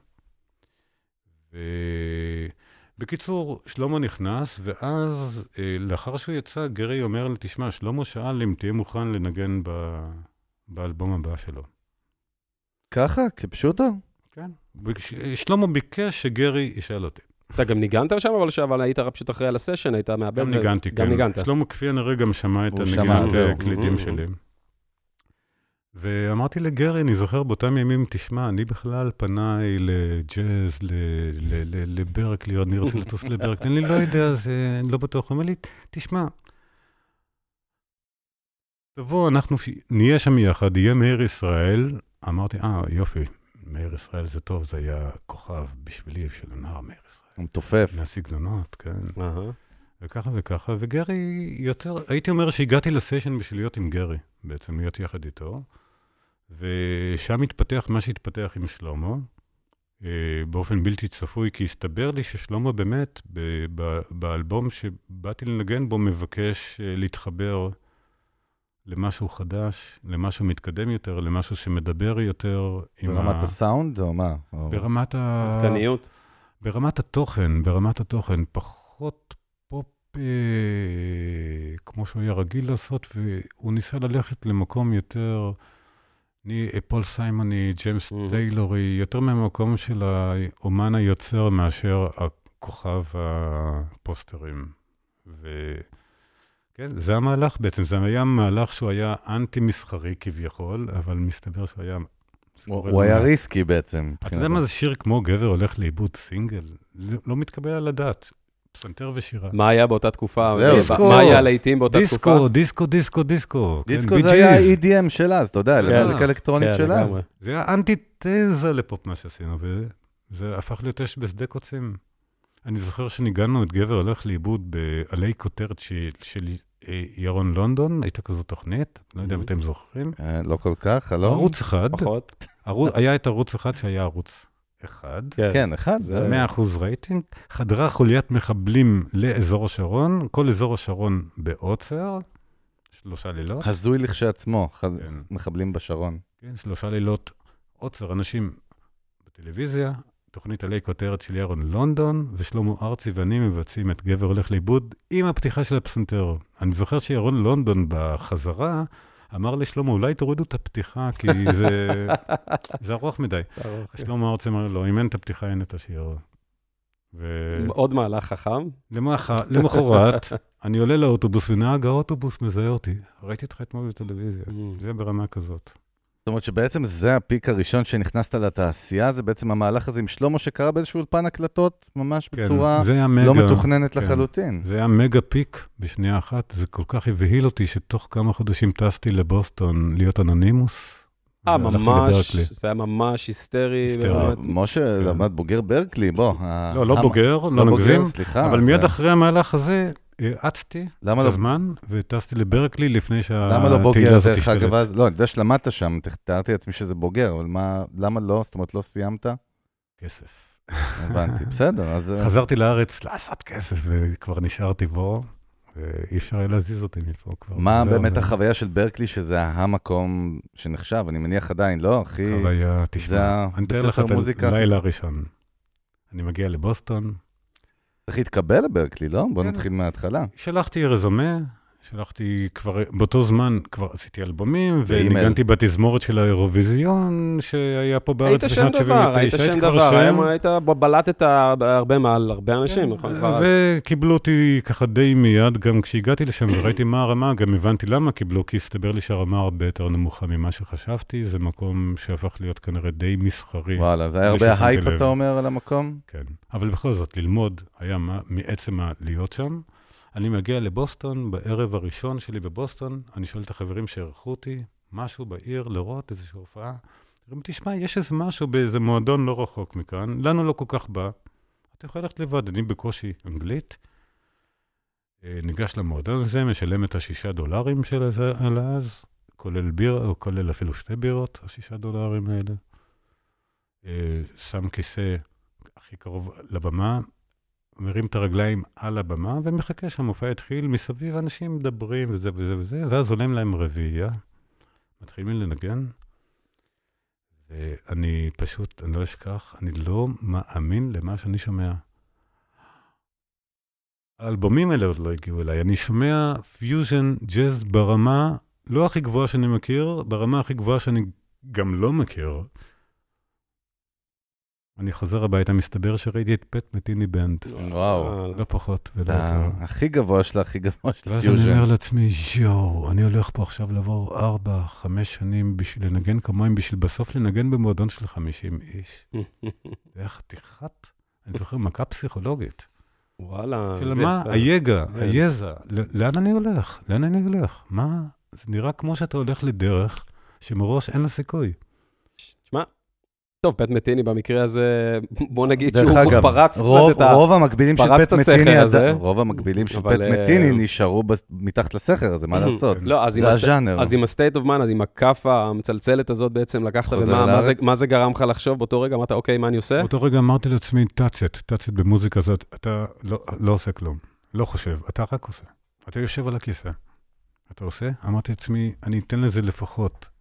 בקיצור, שלמה נכנס, ואז לאחר שהוא יצא, גרי אומר לי, תשמע, שלמה שאל אם תהיה מוכן לנגן באלבום הבא שלו. ככה? כפשוטו? כן. שלמה ביקש שגרי ישאל אותי. אתה גם ניגנת שם, אבל היית פשוט אחרי על הסשן, היית מאבד. גם ניגנתי, כן. שלמה כפי הנראה גם שמע את הנגינות הקלידים שלי. ואמרתי לגרי, אני זוכר באותם ימים, תשמע, אני בכלל פניי לג'אז, לברקלי, אני רוצה לטוס לברקלי, אני לא יודע, אני לא בטוח. הוא אומר לי, תשמע, תבוא, אנחנו נהיה שם יחד, יהיה מאיר ישראל. אמרתי, יופי, מאיר ישראל זה טוב, זה היה כוכב בשבילי של הנער מאיר ישראל. הוא מתופף. מהסגנונות, כן. וככה וככה, וגרי יותר, הייתי אומר שהגעתי לסשן בשביל להיות עם גרי, בעצם להיות יחד איתו, ושם התפתח מה שהתפתח עם שלמה, באופן בלתי צפוי, כי הסתבר לי ששלמה באמת, באלבום שבאתי לנגן בו, מבקש להתחבר למשהו חדש, למשהו מתקדם יותר, למשהו שמדבר יותר. ברמת הסאונד או מה? ברמת התקניות. ברמת התוכן, פחות פופ, כמו שהוא היה רגיל לעשות, והוא ניסה ללכת למקום יותר, פול סיימוני, ג'יימס טיילורי, יותר מהמקום של האומן היוצר מאשר הכוכב הפוסטרים. כן, זה המהלך בעצם, זה היה מהלך שהוא היה אנטי-מסחרי כביכול, אבל מסתבר שהוא היה... הוא היה ריסקי בעצם. אתה יודע מה זה שיר כמו גבר הולך לאיבוד סינגל? לא מתקבל על הדעת. פסנתר ושירה. מה היה באותה תקופה? מה היה לעיתים באותה תקופה? דיסקו. דיסקו זה היה EDM של אז, אתה יודע, למוזיקה אלקטרונית של אז. זה היה אנטיתזה לפופ מה שעשינו, וזה הפך להיות אש בשדה קוצים. אני זוכר שניגענו את גבר הולך לאיבוד בעלי כותרת של ירון לונדון, הייתה כזו תוכנית, לא יודע אם אתם זוכרים. לא כל כך, הלא? ערוץ אחד. פחות. היה את ערוץ אחד שהיה ערוץ אחד. כן, אחד. 100% רייטינג. חדרה חוליית מחבלים לאזור השרון, כל אזור השרון בעוצר, 3 לילות. הזוי לכשעצמו, מחבלים בשרון. כן, 3 לילות עוצר, אנשים בטלוויזיה, תוכנית עלי כותרת של ירון לונדון, ושלמה ארצי ואני מבצעים את גבר הולך לאיבוד עם הפתיחה של הפסנתר. אני זוכר שירון לונדון בחזרה, אמר לשלמה, אולי תורידו את הפתיחה, כי זה ארוך מדי. שלמה ארצי אמר לו, אם אין את הפתיחה, אין את השיר. עוד מהלך חכם. למחרת, אני עולה לאוטובוס, ונהג האוטובוס מזהה אותי. ראיתי אותך אתמול בטלוויזיה. זה ברמה כזאת. זאת אומרת שבעצם זה הפיק הראשון שנכנסת לתעשייה, זה בעצם המהלך הזה עם שלמה שקרה באיזשהו אולפן הקלטות, ממש בצורה לא מתוכננת לחלוטין. זה היה מגה פיק בשנייה אחת, זה כל כך הבהיל אותי שתוך כמה חודשים טסתי לבוסטון להיות אנונימוס. ממש, זה היה ממש היסטרי. משה למד בוגר ברקלי, בוא. לא בוגר, לא נגזים, אבל מיד אחרי המהלך הזה, עצתי את הזמן, וטסתי לברקלי לפני שהתהילה הזאת למה לא בוגר דרך אגב אז? לא, אני יודע שלמדת שם, תיארתי לעצמי שזה בוגר, אבל למה לא? זאת אומרת, לא סיימת? כסף. הבנתי, בסדר. אז חזרתי לארץ לעשות כסף, וכבר נשארתי בו, ואי אפשר היה להזיז אותי מפה כבר. מה באמת החוויה של ברקלי, שזה המקום שנחשב? אני מניח עדיין, לא, אחי? חוויה, תשמע. אני אתאר לך את הלילה הראשון. אני מגיע לבוסטון, צריך להתקבל לברקלי, לא? בוא נתחיל מההתחלה. שלחתי רזומה, כבר, באותו זמן כבר עשיתי אלבומים, וניגנתי בתזמורת של האירוויזיון, שהיה פה בארץ בשנת 79. היית שם דבר, היית בלטת הרבה מעל הרבה אנשים. וקיבלו אותי ככה די מיד, גם כשהגעתי לשם וראיתי מה הרמה, גם הבנתי למה קיבלו, כי הסתבר לי שהרמה הרבה יותר נמוכה ממה שחשבתי, זה מקום שהפך להיות כנראה די מסחרי. וואלה, זה היה הרבה הייפ אתה אומר על המקום? כן, אבל בכל זאת, ללמוד היה מעצם להיות שם. אני מגיע לבוסטון, בערב הראשון שלי בבוסטון, אני שואל את החברים שערכו אותי, משהו בעיר, לראות איזושהי הופעה. תשמע, יש איזה משהו באיזה מועדון לא רחוק מכאן, לנו לא כל כך בא. אתה יכול ללכת לבד, אני בקושי אנגלית. ניגש למועדון הזה, משלם את $6 של אז, כולל בירה, או כולל אפילו 2 בירות, $6 האלה. שם כיסא הכי קרוב לבמה, מרים את הרגליים על הבמה, ומחכה שהמופע יתחיל, מסביב אנשים מדברים וזה וזה וזה, ואז עולים להם רביעייה, מתחילים לנגן, ואני פשוט, אני לא אשכח, אני לא מאמין למה שאני שומע. האלבומים האלה עוד לא הגיעו אליי, אני שומע פיוז'ן ג'אז ברמה לא הכי גבוהה שאני מכיר, ברמה הכי גבוהה שאני גם לא מכיר. אני חוזר הביתה, מסתבר שראיתי את פט מטיני בנד. וואו. לא פחות ולא יותר. הכי גבוה של פיוז'ן. ואז אני אומר לעצמי, יואו, אני הולך פה עכשיו לעבור 4-5 שנים בשביל לנגן כמוהם, בשביל בסוף לנגן במועדון של 50 איש. זה היה חתיכת, אני זוכר, מכה פסיכולוגית. וואלה. של מה? היגע, היזע. לאן אני הולך? לאן אני הולך? מה? זה נראה כמו שאתה הולך לדרך שמראש אין לה סיכוי. שמע, טוב, פט מטיני במקרה הזה, בוא נגיד שהוא פרץ קצת רוב המקבילים של פט מטיני, רוב המקבילים של פט מטיני נשארו מתחת לסכר הזה, מה לעשות? זה הז'אנר. אז עם ה-state of mind, אז עם הכאפה המצלצלת הזאת בעצם לקחת, ומה זה גרם לך לחשוב באותו רגע? אמרת, אוקיי, מה אני עושה? באותו רגע אמרתי לעצמי, טאצט במוזיקה הזאת, אתה לא עושה כלום, לא חושב, אתה רק עושה. אתה יושב על הכיסא. אתה עושה? אמרתי לעצמי, אני אתן לזה לפחות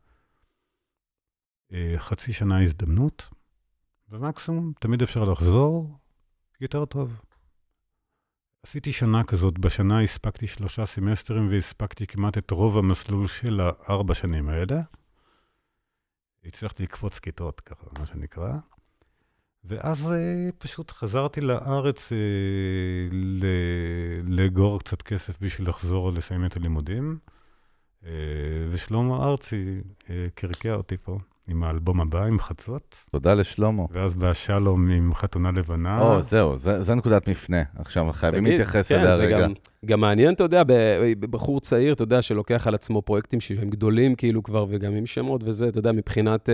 חצי שנה הזדמנות, ומקסימום תמיד אפשר לחזור יותר טוב. עשיתי שנה כזאת, בשנה הספקתי 3 סמסטרים, והספקתי כמעט את רוב המסלול של 4 שנים האלה. הצלחתי לקפוץ כיתות, ככה, מה שנקרא. ואז פשוט חזרתי לארץ לגור קצת כסף בשביל לחזור לסיים את הלימודים. ושלמה ארצי קרקע אותי פה. עם האלבום הבא, עם חצות. תודה לשלמה. ואז בא שלום עם חתונה לבנה. זהו, זה נקודת מפנה. עכשיו חייבים להתייחס אליה רגע. גם מעניין, אתה יודע, בחור צעיר, אתה יודע, שלוקח על עצמו פרויקטים שהם גדולים כאילו כבר, וגם עם שמות וזה, אתה יודע, מבחינת,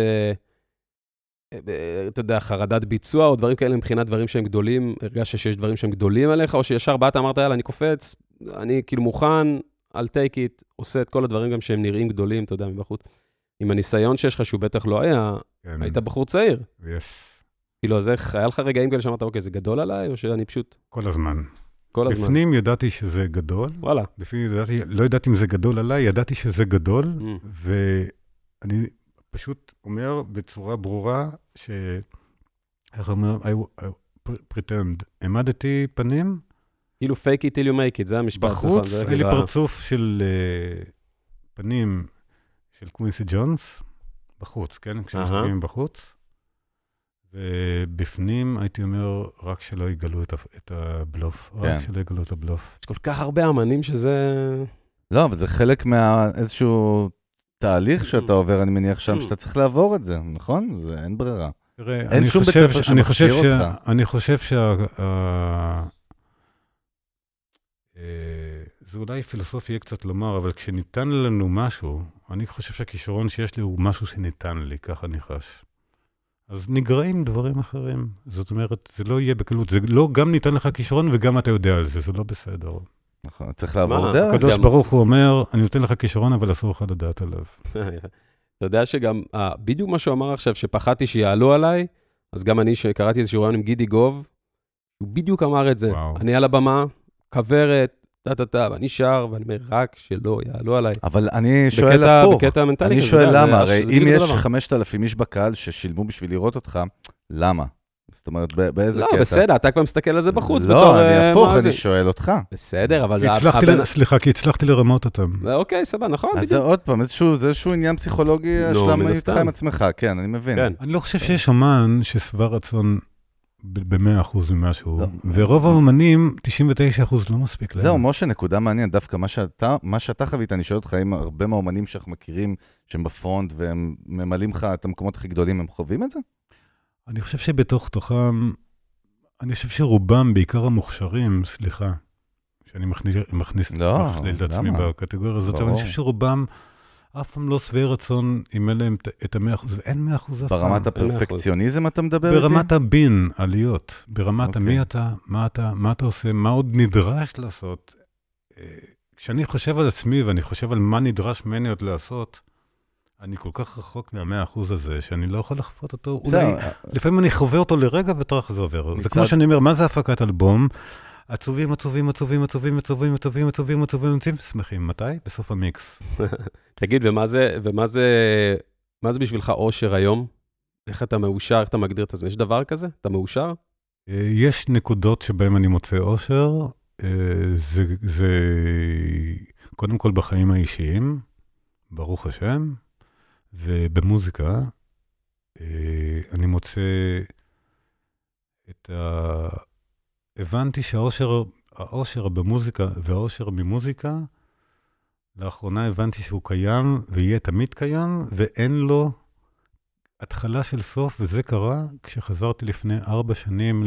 אתה יודע, חרדת ביצוע, או דברים כאלה, מבחינת דברים שהם גדולים, הרגשת שיש דברים שהם גדולים עליך, או שישר באת, אמרת, יאללה, אני קופץ, אני כאילו מוכן, I'll take it, עושה את כל הדברים גם שהם נראים גדולים, אתה יודע, מבחוץ. עם הניסיון שיש לך, שהוא בטח לא היה, היית בחור צעיר. כאילו, אז איך, היה לך רגעים כאלה שאמרת, אוקיי, זה גדול עליי, או שאני פשוט... כל הזמן. בפנים ידעתי שזה גדול. וואלה. בפנים לא ידעתי אם זה גדול עליי, ידעתי שזה גדול, ואני פשוט אומר בצורה ברורה, איך אומר, I pretend, העמדתי פנים. כאילו, fake it till you make it, זה המשפט. בחוץ, היה לי פרצוף של פנים, של קווינסי ג'ונס, בחוץ, כן? כשמשתגעים בחוץ. ובפנים הייתי אומר, רק שלא יגלו את הבלוף. רק שלא יגלו את הבלוף. יש כל כך הרבה אמנים שזה... לא, אבל זה חלק מאיזשהו תהליך שאתה עובר, אני מניח שם, שאתה צריך לעבור את זה, נכון? זה אין ברירה. אין שום בית ספר שמכשיר אותך. אני חושב זה אולי פילוסופי יהיה קצת לומר, אבל כשניתן לנו משהו, אני חושב שהכישרון שיש לי הוא משהו שניתן לי, ככה אני חש. אז נגרעים דברים אחרים. זאת אומרת, זה לא יהיה בקלות, זה לא גם ניתן לך כישרון וגם אתה יודע על זה, זה לא בסדר. נכון, צריך לעבור דרך. הקדוש ברוך הוא אומר, אני נותן לך כישרון, אבל אסור לך לדעת עליו. אתה יודע שגם, בדיוק מה שהוא אמר עכשיו, שפחדתי שיעלו עליי, אז גם אני שקראתי איזשהו רעיון עם גידי גוב, הוא בדיוק אמר את זה. אני על הבמה, כברת, ואני שר, ואני אומר, רק שלא יעלו עליי. אבל אני שואל הפוך. בקטע המנטלי. אני שואל למה, הרי אם יש 5,000 איש בקהל ששילמו בשביל לראות אותך, למה? זאת אומרת, באיזה קטע? לא, בסדר, אתה כבר מסתכל על זה בחוץ. לא, אני הפוך, אני שואל אותך. בסדר, אבל... סליחה, כי הצלחתי לרמות אותם. אוקיי, סבבה, נכון. אז זה עוד פעם, זה איזשהו עניין פסיכולוגי שלמה איתך עם עצמך, כן, אני מבין. אני לא חושב שיש אומן ששבע רצון ב-100% ממשהו, ורוב האומנים, 99% לא מספיק להם. זהו, משה, נקודה מעניין, דווקא מה שאתה חווית, אני שואל אותך, אם הרבה מהאומנים שאנחנו מכירים, שהם בפרונט, והם ממלאים לך את המקומות הכי גדולים, הם חווים את זה? אני חושב שבתוך תוכם, אני חושב שרובם, בעיקר המוכשרים, סליחה, שאני מכניס את עצמי בקטגוריה הזאת, אבל אני חושב שרובם, אף פעם לא שבעי רצון אם אין להם את 100%, ואין 100% אף פעם. ברמת הפרפקציוניזם אתה מדבר איתי? ברמת הבין, עליות. ברמת מי אתה, מה אתה עושה, מה עוד נדרש לעשות. כשאני חושב על עצמי, ואני חושב על מה נדרש ממני עוד לעשות, אני כל כך רחוק מה100% הזה, שאני לא יכול לחוות אותו. אולי, לפעמים אני חווה אותו לרגע, וטרח זה עובר. זה כמו שאני אומר, מה זה הפקת אלבום? עצובים, עצובים, עצובים, עצובים, עצובים, עצובים, עצובים, עצובים, שמחים. מתי? בסוף המיקס. תגיד, ומה זה בשבילך אושר היום? איך אתה מאושר, איך אתה מגדיר את זה? יש דבר כזה? אתה מאושר? יש נקודות שבהן אני מוצא אושר. זה קודם כל בחיים האישיים, ברוך השם, ובמוזיקה אני מוצא הבנתי שהאושר במוזיקה והאושר ממוזיקה, לאחרונה הבנתי שהוא קיים ויהיה תמיד קיים, ואין לו התחלה של סוף, וזה קרה כשחזרתי לפני 4 שנים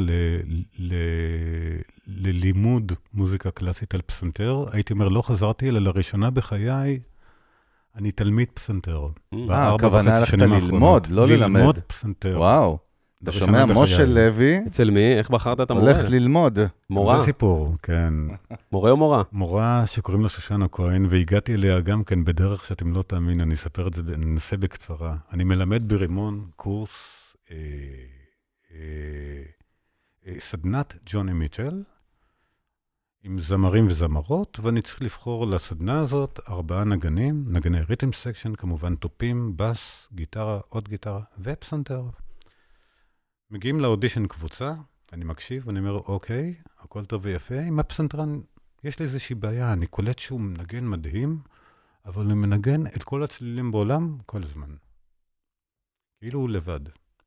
ללימוד מוזיקה קלאסית על פסנתר. הייתי אומר, לא חזרתי, אלא לראשונה בחיי, אני תלמיד פסנתר. הכוונה הלכת ללמוד, לא ללמד. ללמוד פסנתר. וואו. אתה שומע, משה לוי. אצל מי? איך בחרת את המורה? הולך ללמוד. מורה. זה סיפור, כן. מורה או מורה? מורה שקוראים לה שושנה כהן, והגעתי אליה גם כן בדרך שאתם לא תאמין, אני אספר את זה, אני אנסה בקצרה. אני מלמד ברימון קורס סדנת ג'וני מיטשל, עם זמרים וזמרות, ואני צריך לבחור לסדנה הזאת 4 נגנים, נגני ריתם סקשן, כמובן טופים, בס, גיטרה, עוד גיטרה ופסנתר. מגיעים לאודישן קבוצה, אני מקשיב, ואני אומר, אוקיי, הכל טוב ויפה, עם הפסנתרן יש לי איזושהי בעיה, אני קולט שהוא מנגן מדהים, אבל הוא מנגן את כל הצלילים בעולם כל הזמן. כאילו הוא לבד.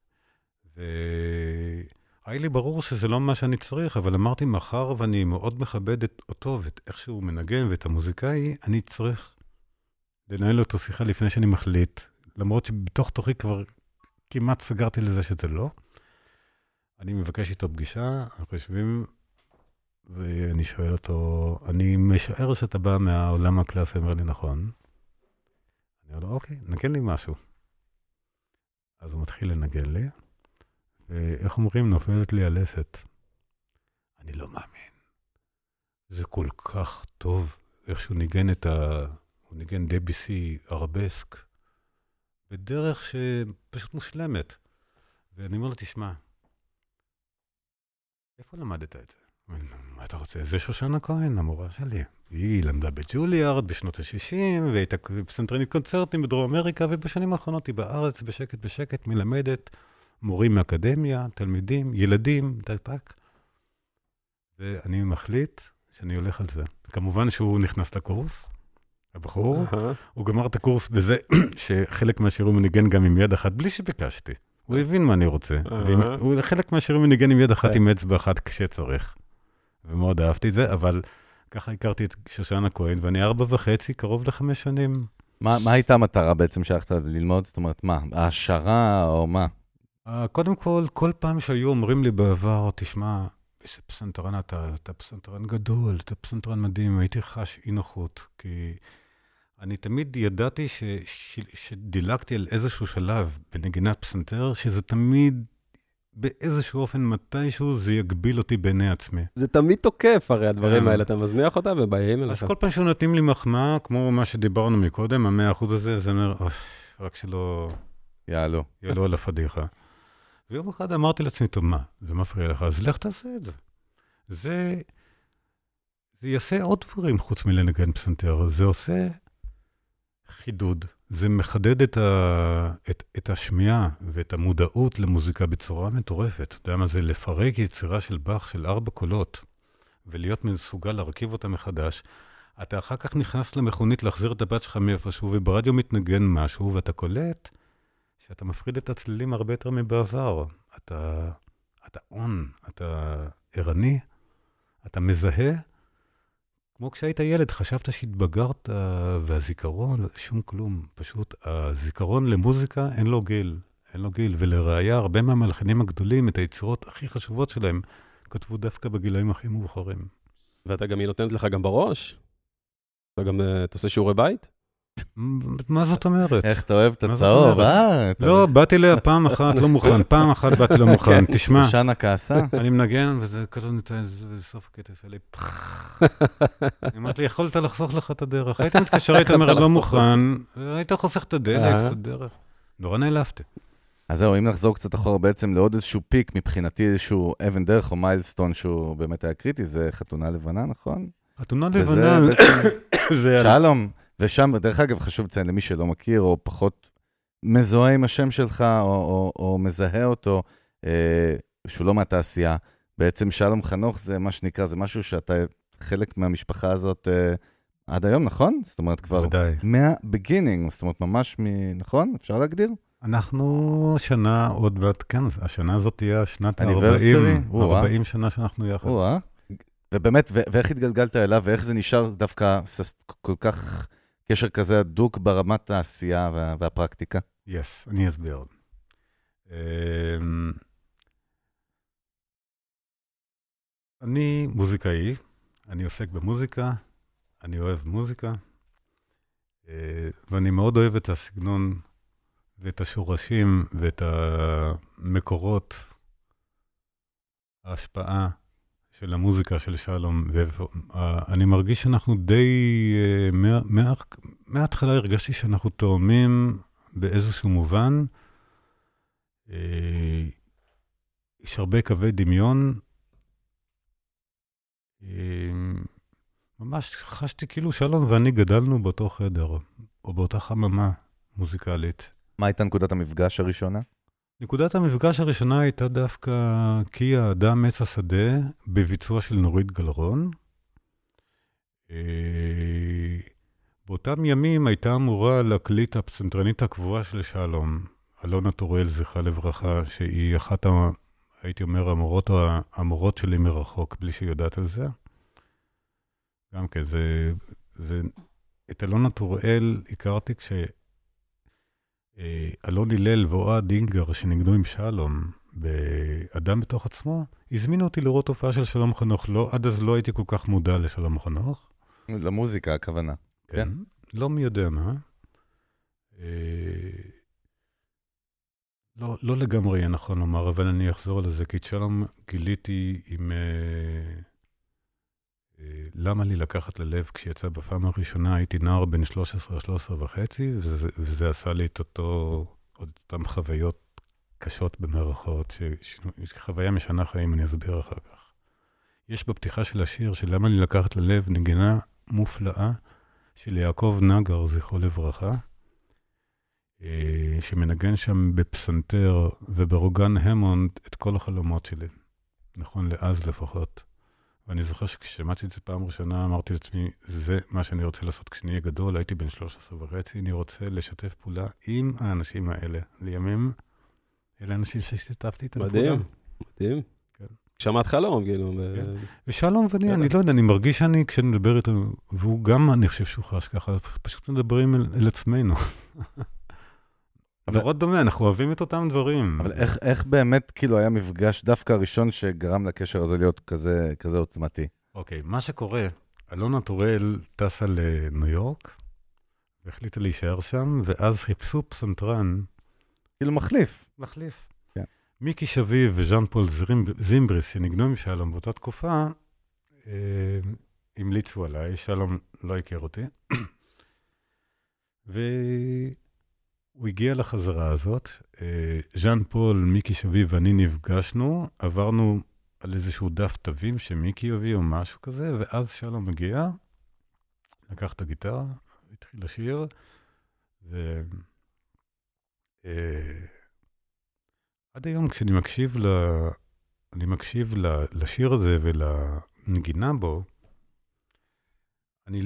והיה לי ברור שזה לא מה שאני צריך, אבל אמרתי, מחר ואני מאוד מכבד אותו ואת איך שהוא מנגן ואת המוזיקאי, אני צריך לנהל אותו שיחה לפני שאני מחליט, למרות שבתוך תוכי כבר כמעט סגרתי לזה שזה לא. אני מבקש איתו פגישה, אנחנו יושבים, ואני שואל אותו, אני משער שאתה בא מהעולם הקלאסי, אומר לי, נכון. אני אומר לו, אוקיי, נגן לי משהו. אז הוא מתחיל לנגן לי, ואיך אומרים, נופלת לי הלסת. אני לא מאמין. זה כל כך טוב, איך שהוא ניגן הוא ניגן דביסי, ארבסק, בדרך שפשוט מושלמת. ואני אומר לו, תשמע, איפה למדת את זה? מה אתה רוצה? זה שושנה כהן, המורה שלי. היא למדה בג'וליארד בשנות ה-60, והייתה פסנתרנית קונצרטים בדרום אמריקה, ובשנים האחרונות היא בארץ בשקט מלמדת, מורים מאקדמיה, תלמידים, ילדים, טק. ואני מחליט שאני הולך על זה. כמובן שהוא נכנס לקורס, הבחור, הוא גמר את הקורס בזה שחלק מהשירים הוא ניגן גם עם יד אחת, בלי שביקשתי. הוא הבין מה אני רוצה. חלק מהשירים הוא ניגן עם יד אחת עם אצבע אחת כשצריך. ומאוד אהבתי את זה, אבל ככה הכרתי את שושנה כהן, ואני 4.5, קרוב ל5 שנים. מה הייתה המטרה בעצם שהלכת ללמוד? זאת אומרת, מה? ההשערה או מה? קודם כל פעם שהיו אומרים לי בעבר, תשמע, איזה פסנתרן אתה פסנתרן גדול, אתה פסנתרן מדהים, הייתי חש אי נוחות, כי אני תמיד ידעתי שדילגתי על איזשהו שלב בנגינת פסנתר, שזה תמיד באיזשהו אופן מתישהו זה יגביל אותי בעיני עצמי. זה תמיד תוקף, הרי הדברים האלה, אתה מזניח אותם ובאים אליך. אז כל פעם שנותנים לי מחמאה, כמו מה שדיברנו מקודם, 100% הזה, זה אומר, רק שלא יעלו על הפדיחה. ויום אחד אמרתי לעצמי, טוב, מה? זה מפריע לך, אז לך תעשה את זה. זה יעשה עוד דברים חוץ מלנגן פסנתר. זה עושה חידוד. זה מחדד את השמיעה ואת המודעות למוזיקה בצורה מטורפת. אתה יודע מה זה? לפרק יצירה של באך של 4 קולות, ולהיות מסוגל להרכיב אותה מחדש. אתה אחר כך נכנס למכונית להחזיר את הבת שלך מאיפשהו, וברדיו מתנגן משהו, ואתה קולט שאתה מפריד את הצלילים הרבה יותר מבעבר. אתה אתה ערני, אתה מזהה, כמו כשהיית ילד, חשבת שהתבגרת, והזיכרון, שום כלום. פשוט הזיכרון למוזיקה אין לו גיל, ולראיה, הרבה מהמלחינים הגדולים, את היצירות הכי חשובות שלהם, כתבו דווקא בגילאים הכי מאוחרים. ואתה גם, היא נותנת לך גם בראש? אתה גם תעשה שיעורי בית? מה זאת אומרת? איך אתה אוהב את הצהוב, לא, באתי לה פעם אחת לא מוכן, פעם אחת באתי לא מוכן, תשמע. שנה כעסה? אני מנגן, וזה כזה נתן, בסוף הקטע עשה לי אני אמרת לי, יכולת לחסוך לך את הדרך. היית מתקשר, היית אומר, לא מוכן, היית חוסך את הדלק, את הדרך. נורא נעלבתי. אז זהו, אם נחזור קצת אחורה בעצם לעוד איזשהו פיק, מבחינתי איזשהו אבן דרך או מיילסטון שהוא באמת היה קריטי, זה חתונה לבנה, נכון? חתונה לבנה, זה שלום, ושם, דרך אגב, חשוב לציין למי שלא מכיר, או פחות מזוהה עם השם שלך, או מזהה אותו, שהוא לא מהתעשייה. בעצם שלום חנוך זה מה שנקרא, זה משהו שאתה חלק מהמשפחה הזאת עד היום, נכון? זאת אומרת, כבר מה-beginning, זאת אומרת, ממש נכון? אפשר להגדיר? אנחנו שנה עוד בעד, כן, השנה הזאת תהיה שנת ה-40 שנה שאנחנו יחד. ובאמת, ואיך התגלגלת אליו, ואיך זה נשאר דווקא כל כך קשר כזה הדוק ברמת העשייה והפרקטיקה? אני אסביר. אני מוזיקאי, אני עוסק במוזיקה, אני אוהב מוזיקה, ואני מאוד אוהב את הסגנון ואת השורשים ואת המקורות, ההשפעה של המוזיקה של שלום. ואני מרגיש שאנחנו די, מההתחלה הרגשתי שאנחנו תאומים באיזשהו מובן. יש הרבה קווי דמיון. ממש חשתי כאילו שלום ואני גדלנו באותו חדר, או באותה חממה מוזיקלית. מה הייתה נקודת המפגש הראשונה? נקודת המפגש הראשונה הייתה דווקא כי האדם עץ השדה בביצוע של נורית גלרון. באותם ימים הייתה אמורה להקליט הפסנתרנית הקבועה של שלום, אלונה טוראל, זכרה לברכה, שהיא אחת, הייתי אומר, המורות שלי מרחוק, בלי שהיא יודעת על זה. גם כן, את אלונה טוראל הכרתי אלון הלל ואוהד דינגר שנגנו עם שלום באדם בתוך עצמו, הזמינו אותי לראות הופעה של שלום חנוך. עד אז לא הייתי כל כך מודע לשלום חנוך. למוזיקה הכוונה. כן. לא מי יודע מה. לא לגמרי יהיה נכון לומר, אבל אני אחזור לזה, כי את שלום גיליתי עם למה לי לקחת ללב כשיצא בפעם הראשונה, הייתי נער בן 13 וחצי, וזה עשה לי את אותם חוויות קשות במערכות, חוויה משנה חיים, אני אסביר אחר כך. יש בפתיחה של השיר של למה לי לקחת ללב נגינה מופלאה של יעקב נגר, זכרו לברכה, שמנגן שם בפסנתר ובאורגן המונד את כל החלומות שלי, נכון לאז לפחות. ואני זוכר שכששמעתי את זה פעם ראשונה, אמרתי לעצמי, זה מה שאני רוצה לעשות כשאני אהיה גדול, הייתי בן 13 וחצי, אני רוצה לשתף פעולה עם האנשים האלה. לימים, אלה אנשים שהשתתפתי איתם פעולה. מדהים, מדהים. שמעת חלום, כאילו. ושלום ואני, אני לא יודע, אני מרגיש שאני, כשאני מדבר איתו, והוא גם, אני חושב שהוא חש ככה, פשוט מדברים אל עצמנו. מאוד דומה, אנחנו אוהבים את אותם דברים. אבל איך באמת כאילו היה מפגש דווקא הראשון שגרם לקשר הזה להיות כזה עוצמתי? אוקיי, מה שקורה, אלונה טוראל טסה לניו יורק, והחליטה להישאר שם, ואז חיפשו פסנתרן. כאילו מחליף. כן. מיקי שביב וז'אן פול זימבריס, שניגנו עם שלום באותה תקופה, המליצו עליי, שלום לא הכיר אותי. הוא הגיע לחזרה הזאת, ז'אן פול, מיקי שביב ואני נפגשנו, עברנו על איזשהו דף תווים שמיקי הביא או משהו כזה, ואז שלום מגיע, לקח את הגיטרה, התחיל לשיר, עד היום כשאני מקשיב לשיר הזה ולנגינה בו, אני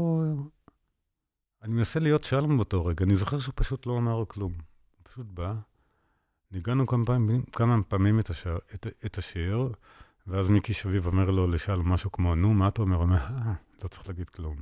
מנסה להיות שלום באותו רגע, אני זוכר שהוא פשוט לא אמר כלום. הוא פשוט בא, ניגענו כמה פעמים את השיר, ואז מיקי שביב אומר לו לשלום משהו כמו, נו, מה אתה אומר? הוא אומר, לא צריך להגיד כלום.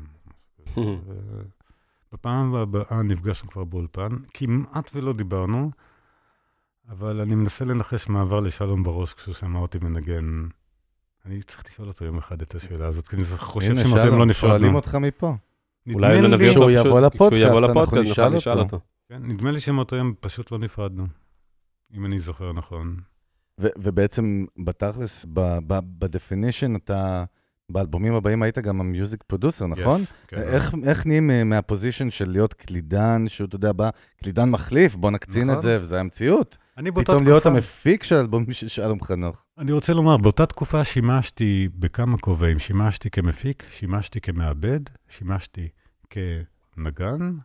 בפעם הבאה נפגשנו כבר באולפן, כמעט ולא דיברנו, אבל אני מנסה לנחש מה עבר לשלום בראש כשהוא שמע אותי מנגן. אני צריך לשאול אותו יום אחד את השאלה הזאת, כי אני חושב שמותם לא נפרדנו. שואלים אותך מפה. אולי נביא אותו כשהוא יבוא לפודקאסט, אנחנו נשאל אותו. כן, נדמה לי שמאותו יום פשוט לא נפרדנו, אם אני זוכר נכון. ובעצם בתכלס, בדפינישן, אתה באלבומים הבאים היית גם המיוזיק פרודוסר, נכון? איך נהיים מהפוזישן של להיות קלידן, שהוא, אתה יודע, בא, קלידן מחליף, בוא נקצין את זה, וזה המציאות. פתאום להיות המפיק של האלבומים של שלום חנוך. אני רוצה לומר, באותה תקופה שימשתי בכמה כובעים, שימשתי כמפיק, שימשתי כמעבד, שימשתי כנגן.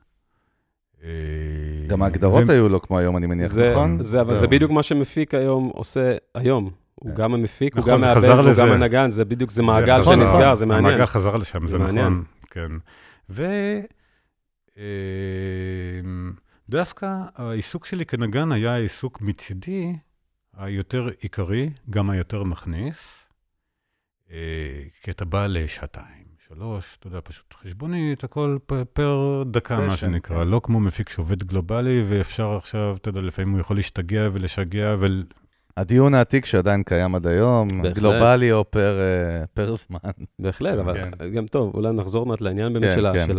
גם ההגדרות היו לו כמו היום, אני מניח, נכון? אבל זה בדיוק מה שמפיק היום עושה היום. הוא גם המפיק, הוא גם מעבד, הוא גם הנגן, זה בדיוק, זה מעגל שנסגר, זה מעניין. המעגל חזר לשם, זה נכון, כן. ודווקא העיסוק שלי כנגן היה העיסוק מצידי, היותר עיקרי, גם היותר מכניס, כי אתה בא לשעתיים, 3, אתה יודע, פשוט חשבונית, הכל פר דקה, מה שנקרא, לא כמו מפיק שעובד גלובלי, ואפשר עכשיו, אתה יודע, לפעמים הוא יכול להשתגע ולשגע הדיון העתיק שעדיין קיים עד היום, גלובלי או פר זמן. בהחלט, אבל גם טוב, אולי נחזור מעט לעניין באמת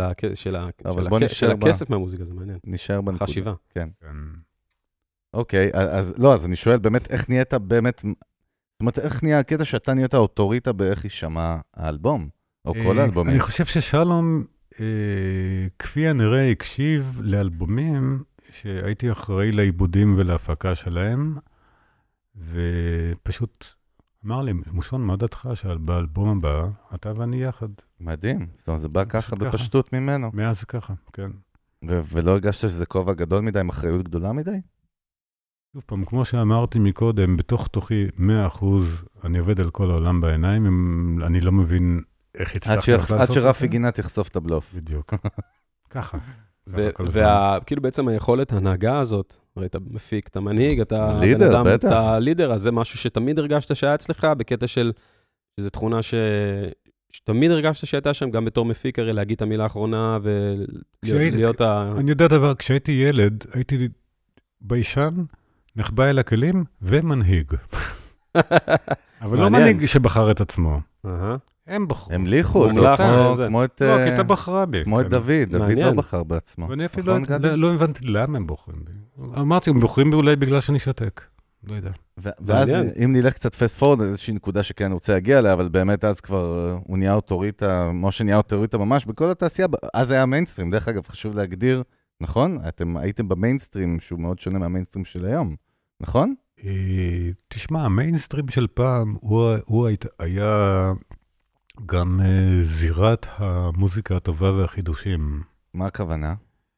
של הכסף מהמוזיקה, זה מעניין. נשאר בנקודה. חשיבה. כן. אוקיי, אז לא, אז אני שואל באמת, איך נהיית באמת, זאת אומרת, איך נהיה הקטע שאתה נהיית האוטוריטה באיך יישמע האלבום, או כל האלבומים? אני חושב ששלום, כפי הנראה, הקשיב לאלבומים שהייתי אחראי לעיבודים ולהפקה שלהם, ופשוט אמר לי, מושון, מה דעתך שבאלבום הבא, אתה ואני יחד. מדהים, זאת אומרת, זה בא ככה בפשטות ממנו. מאז זה ככה, כן. ולא הרגשת שזה כובע גדול מדי, עם אחריות גדולה מדי? שוב פעם, כמו שאמרתי מקודם, בתוך תוכי 100% אני עובד על כל העולם בעיניים, אני לא מבין איך הצלחתי לעשות את זה. עד שרפי גינת יחשוף את הבלוף. בדיוק. ככה. וכאילו בעצם היכולת הנהגה הזאת, הרי אתה מפיק, אתה מנהיג, אתה לידר, בטח. אתה לידר, אז זה משהו שתמיד הרגשת שהיה אצלך, בקטע של, שזו תכונה שתמיד הרגשת שהייתה שם, גם בתור מפיק, הרי להגיד את המילה האחרונה, ולהיות אני יודע דבר, כשהייתי ילד, הייתי ביישן, נחבא אל הכלים, ומנהיג. אבל לא מנהיג שבחר את עצמו. הם בחרו. הם ליחו אותו, כמו את... לא, כי אתה בחרה בי. כמו את דוד לא בחר בעצמו. ואני אפילו לא הבנתי למה הם בוחרים בי. אמרתי, הם בוחרים בי אולי בגלל שאני שותק. לא יודע. ואז אם נלך קצת פסט פורד, איזושהי נקודה שכן אני רוצה להגיע אליה, אבל באמת אז כבר הוא נהיה אוטוריטה, משה נהיה אוטוריטה ממש בכל התעשייה, אז היה המיינסטרים, דרך אגב, חשוב להגדיר, נכון? אתם הייתם במיינסטרים, שהוא מאוד שונה מהמיינסטרים של היום, נכון? תשמע, המיינסטרים של פעם, הוא היה גם זירת המוזיקה הטובה והחידושים. מה הכוונה?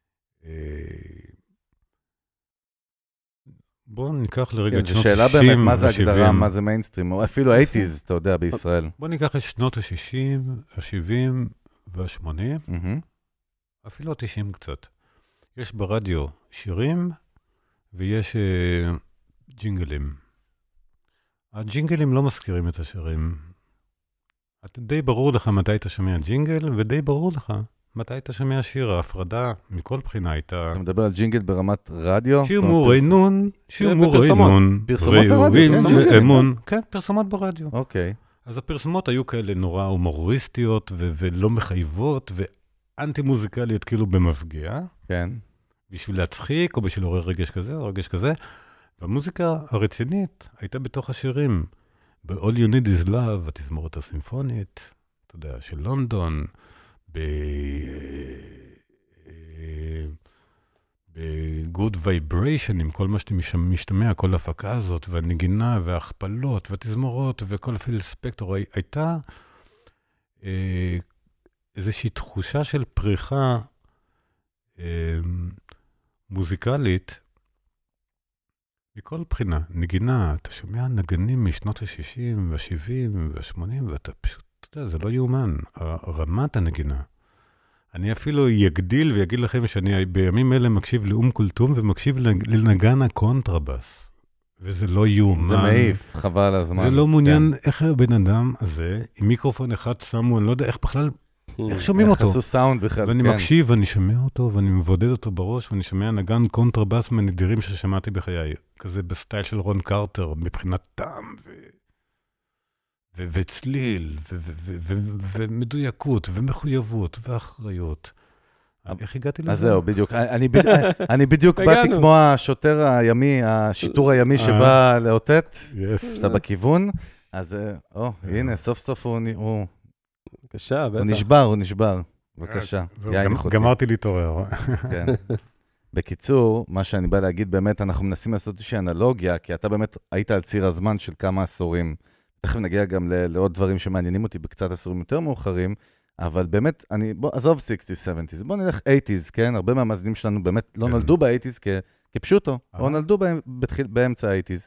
בואו ניקח לרגע את שנות ה-60 זו שאלה באמת, מה זה הגדרה, מה זה מיינסטרים, או אפילו 80s, אתה יודע, בישראל. בואו ניקח את שנות ה-60, ה-70 וה-80, אפילו ה-90 קצת. יש ברדיו שירים, ויש ג'ינגלים. הג'ינגלים לא מזכירים את השירים. די ברור לך מתי אתה שומע ג'ינגל, ודי ברור לך מתי אתה שומע שיר. ההפרדה מכל בחינה הייתה... אתה מדבר על ג'ינגל ברמת רדיו? שיר מורי נון, שיר מורי נון. פרסומות ברדיו? כן, פרסומות ברדיו. אוקיי. אז הפרסומות היו כאלה נורא הומוריסטיות, ולא מחייבות, ואנטי מוזיקליות כאילו במפגיע. כן. בשביל להצחיק, או בשביל לעורר רגש כזה, או רגש כזה. והמוזיקה הרצינית הייתה בתוך השירים. ב-All You Need Is Love, התזמורת הסימפונית, אתה יודע, של לונדון, ב-Good Vibration, עם כל מה שמשתמע, כל ההפקה הזאת, והנגינה, וההכפלות, והתזמורות, וכל הפיל ספקטור, הייתה איזושהי תחושה של פריחה מוזיקלית, מכל בחינה, נגינה, אתה שומע נגנים משנות ה-60 וה-70 וה-80, ואתה פשוט, אתה יודע, זה לא יאומן, רמת הנגינה. אני אפילו יגדיל ויגיד לכם שאני בימים אלה מקשיב לאום כולתום, ומקשיב לנגן הקונטרבס. וזה לא יאומן. זה מעיף, חבל הזמן. זה לא מעוניין איך הבן אדם הזה, עם מיקרופון אחד שמו, אני לא יודע איך בכלל, איך שומעים אותו? איך עשו סאונד בכלל, ואני מקשיב, ואני שומע אותו, ואני מבודד אותו בראש, ואני שומע נגן קונטרבס מהנדירים ששמעתי בחיי. כזה בסטייל של רון קרטר, מבחינת טעם וצליל, ומדויקות, ומחויבות, ואחריות. איך הגעתי לזה? אז זהו, בדיוק. אני בדיוק באתי כמו השוטר הימי, השיטור הימי שבא לאותת, אתה בכיוון, אז הנה, סוף סוף הוא... בבקשה, בטח. הוא נשבר. בבקשה, יין איכותי. גמרתי להתעורר. כן. בקיצור, מה שאני בא להגיד, באמת, אנחנו מנסים לעשות איזושהי אנלוגיה, כי אתה באמת היית על ציר הזמן של כמה עשורים. תכף נגיע גם לעוד דברים שמעניינים אותי בקצת עשורים יותר מאוחרים, אבל באמת, עזוב 60s, 70s, בוא נלך 80s, כן? הרבה מהמאזינים שלנו באמת לא נולדו ב-80s כפשוטו, או נולדו באמצע ה-80s.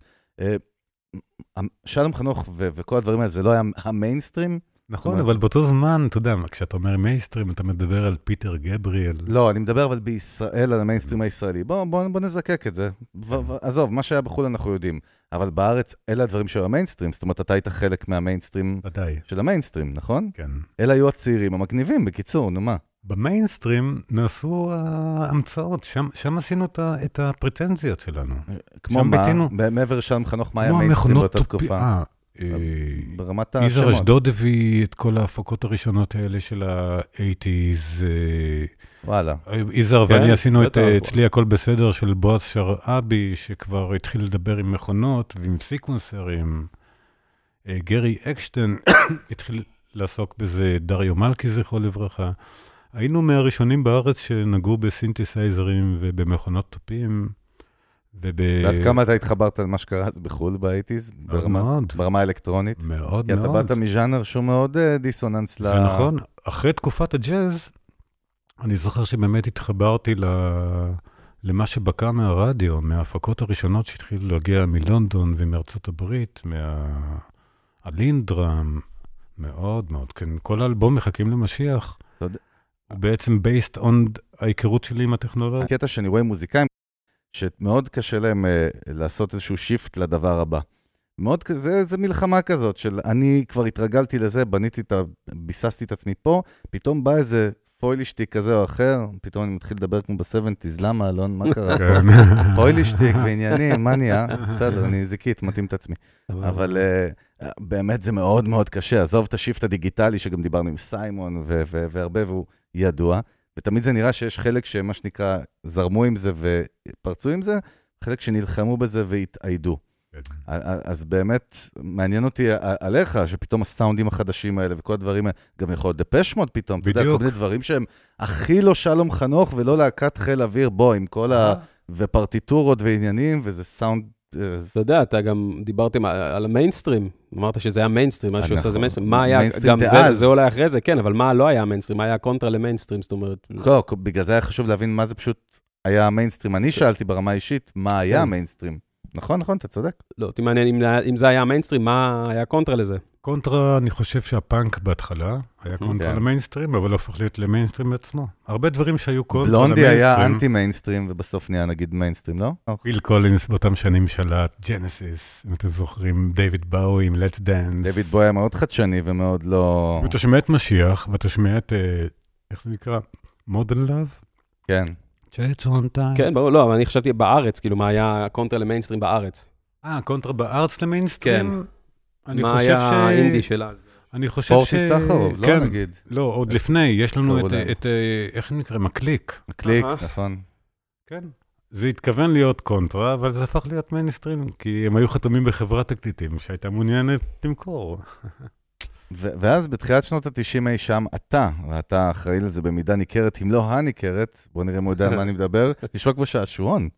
שלום חנוך וכל הדברים האלה, זה לא היה המיינסטרים? נכון, אבל באותו זמן, אתה יודע, כשאתה אומר מיינסטרים, אתה מדבר על פיטר גבריאל. לא, אני מדבר אבל בישראל על המיינסטרים הישראלי. בוא נזקק את זה. עזוב, מה שהיה בחו"ל אנחנו יודעים. אבל בארץ, אלה הדברים שהיו המיינסטרים. זאת אומרת, אתה היית חלק מהמיינסטרים של המיינסטרים, נכון? כן. אלה היו הצעירים המגניבים, בקיצור, נו מה? במיינסטרים נעשו המצאות, שם עשינו את הפרטנזיות שלנו. כמו מה? מעבר שלום חנוך, מה היה מיינסטרים באותה תקופה? ברמת השמות. יזהר אשדוד הביא את כל ההפקות הראשונות האלה של ה-80s. וואלה. יזהר ואני עשינו את אצלי הכל בסדר של בועז שרעבי, שכבר התחיל לדבר עם מכונות ועם סיקוונסרים. גרי אקשטיין התחיל לעסוק בזה, דריו מלכי זכרו לברכה. היינו מהראשונים בארץ שנגעו בסינתסייזרים ובמכונות טופים. ועד כמה אתה התחברת על מה שקרה אז בחו"ל ב-80s, ברמה האלקטרונית? מאוד מאוד. כי אתה באת מז'אנר שהוא מאוד דיסוננס ל... ונכון, אחרי תקופת הג'אז, אני זוכר שבאמת התחברתי למה שבקע מהרדיו, מההפקות הראשונות שהתחילו להגיע מלונדון ומארצות הברית, מהלינדרם, מאוד מאוד, כן, כל האלבום מחכים למשיח. הוא בעצם based on ההיכרות שלי עם הטכנולוגיה. הקטע שאני רואה מוזיקאים, שמאוד קשה להם לעשות איזשהו שיפט לדבר הבא. מאוד כזה, זה מלחמה כזאת של אני כבר התרגלתי לזה, ביססתי את עצמי פה, פתאום בא איזה פוילישטיק כזה או אחר, פתאום אני מתחיל לדבר כמו ב-70s, למה, אלון, מה קרה פה? פוילישטיק ועניינים, מה נהיה? בסדר, אני זיקית, מתאים את עצמי. אבל באמת זה מאוד מאוד קשה, עזוב את השיפט הדיגיטלי, שגם דיברנו עם סיימון והרבה, והוא ידוע, ותמיד זה נראה שיש חלק שמה שנקרא, זרמו עם זה ופרצו עם זה, חלק שנלחמו בזה והתאיידו. אז באמת מעניין אותי עליך, שפתאום הסאונדים החדשים האלה וכל הדברים האלה, גם יכול להיות דפש מוד פתאום, אתה יודע, כל מיני דברים שהם הכי לא שלום חנוך ולא להקת חיל אוויר, בוא, עם כל ופרטיטורות ועניינים, וזה סאונד... אתה יודע, אתה גם דיברתם על המיינסטרים, אמרת שזה היה מיינסטרים, מה שעושה זה מיינסטרים, מה היה, גם זה אולי אחרי זה, כן, אבל מה לא היה מיינסטרים, מה היה קונטרה למיינסטרים, זאת אומרת... בגלל זה היה חשוב להבין מה זה פשוט היה המיינסטרים. אני שאלתי ברמה האישית, מה היה המיינסטרים? נכון, אתה צודק. לא, אותי מעניין אם זה היה המיינסטרים, מה היה קונטרה לזה? קונטרה, אני חושב שהפאנק בהתחלה היה קונטרה למיינסטרים, אבל לא הופך להיות למיינסטרים בעצמו. הרבה דברים שהיו קונטרה למיינסטרים. בלונדי היה אנטי מיינסטרים, ובסוף נהיה נגיד מיינסטרים, לא? פיל קולינס באותם שנים שלט, ג'נסיס, אם אתם זוכרים, דיוויד באוי עם Let's Dance. דיוויד באוי היה מאוד חדשני ומאוד לא... ואתה שומע את משיח, ואתה שומע את, איך זה נקרא? Modern Love? כן. כן, ברור, לא, אבל אני חשבתי בארץ, כאילו, מה היה קונטרה למיינסטרים בארץ. קונטרה בארץ למיינסטרים? כן. מה היה האינדי שלה? אני חושב פורטי סחרוב, לא נגיד. לא, עוד לפני, יש לנו את, איך נקרא, מקליק. מקליק, נכון. כן. זה התכוון להיות קונטרה, אבל זה הפך להיות מיינסטרים, כי הם היו חתומים בחברת תקליטים שהייתה מעוניינת למכור. ואז בתחילת שנות ה-90 אי שם ואתה אחראי לזה במידה ניכרת, אם לא הניכרת, בוא נראה אם הוא יודע על מה אני מדבר, תשמע כמו שעשועון.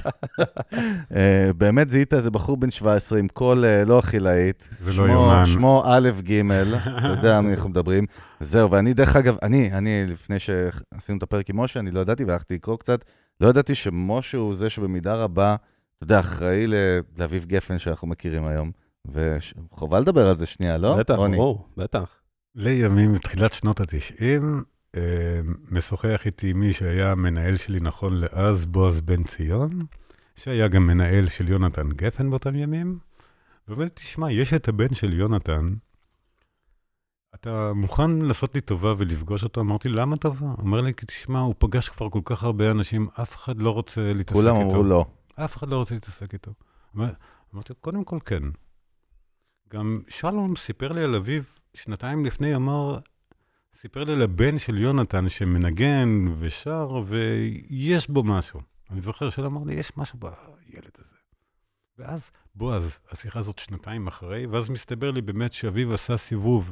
באמת זיהית איזה בחור בן 17 עם קול לא אכילאית, שמו א' ג', אתה יודע מה אנחנו מדברים, זהו, ואני דרך אגב, אני לפני שעשינו את הפרק עם משה, אני לא ידעתי והלכתי לקרוא קצת, לא ידעתי שמשה הוא זה שבמידה רבה, אתה יודע, אחראי לאביב גפן שאנחנו מכירים היום. וחובה לדבר על זה שנייה, לא? בטח, ברור, בטח. לימים, בתחילת שנות ה-90, משוחח איתי מי שהיה המנהל שלי נכון לאז, בועז בן ציון, שהיה גם מנהל של יונתן גפן באותם ימים, ואומר, תשמע, יש את הבן של יונתן, אתה מוכן לעשות לי טובה ולפגוש אותו? אמרתי, למה טובה? אומר לי, תשמע, הוא פגש כבר כל כך הרבה אנשים, אף אחד לא רוצה להתעסק איתו. כולם אמרו לא. אף אחד לא רוצה להתעסק איתו. אמרתי, קודם כל כן. גם שלום סיפר לי על אביו, שנתיים לפני סיפר לי על הבן של יונתן שמנגן ושר, ויש בו משהו. אני זוכר שלא אמר לי, יש משהו בילד הזה. ואז בועז, השיחה הזאת שנתיים אחרי, ואז מסתבר לי באמת שאביו עשה סיבוב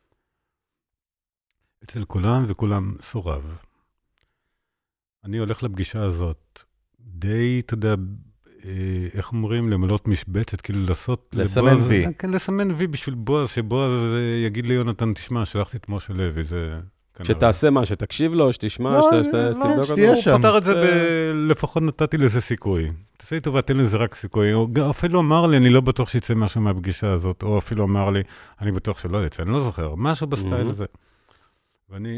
אצל כולם, וכולם סורב. אני הולך לפגישה הזאת, די, אתה יודע, איך אומרים, למלות משבצת, כאילו לעשות... לסמן וי. כן, לסמן וי בשביל בועז, שבועז יגיד לי, יונתן, תשמע, שלחתי את משה לוי, זה... שתעשה מה, שתקשיב לו, שתשמע, שתבדוק אותו. שתהיה שם. הוא פתר את זה, לפחות נתתי לזה סיכוי. תעשה לי טובה, תן לזה רק סיכוי. או אפילו אמר לי, אני לא בטוח שיצא משהו מהפגישה הזאת, או אפילו אמר לי, אני בטוח שלא יצא, אני לא זוכר, משהו בסטייל הזה. ואני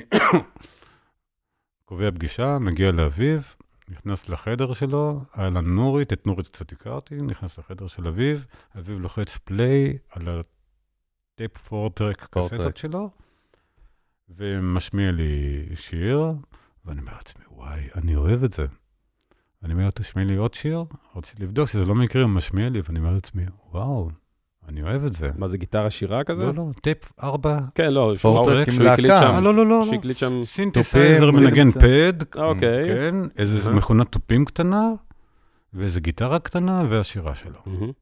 קובע פגישה, מגיע לאביו, נכנס לחדר שלו, היה לה נורית, את נורית קצת הכרתי, נכנס לחדר של אביו, אביו לוחץ פליי על הטייפ פורטרק קסטות שלו, ומשמיע לי שיר, ואני אומר לעצמי, וואי, אני אוהב את זה. אני אומר, תשמיע לי עוד שיר, רציתי לבדוק שזה לא מקרה, הוא משמיע לי, ואני אומר לעצמי, וואו, אני אוהב את זה. מה זה, גיטרה שירה כזה? לא, טייפ 4. כן, לא, פורטרק עם להקה. לא. שהקליט שם... סינתסייזר מנגן פד, אוקיי. כן, איזו מכונת טופים קטנה, ואיזו גיטרה קטנה, והשירה שלו.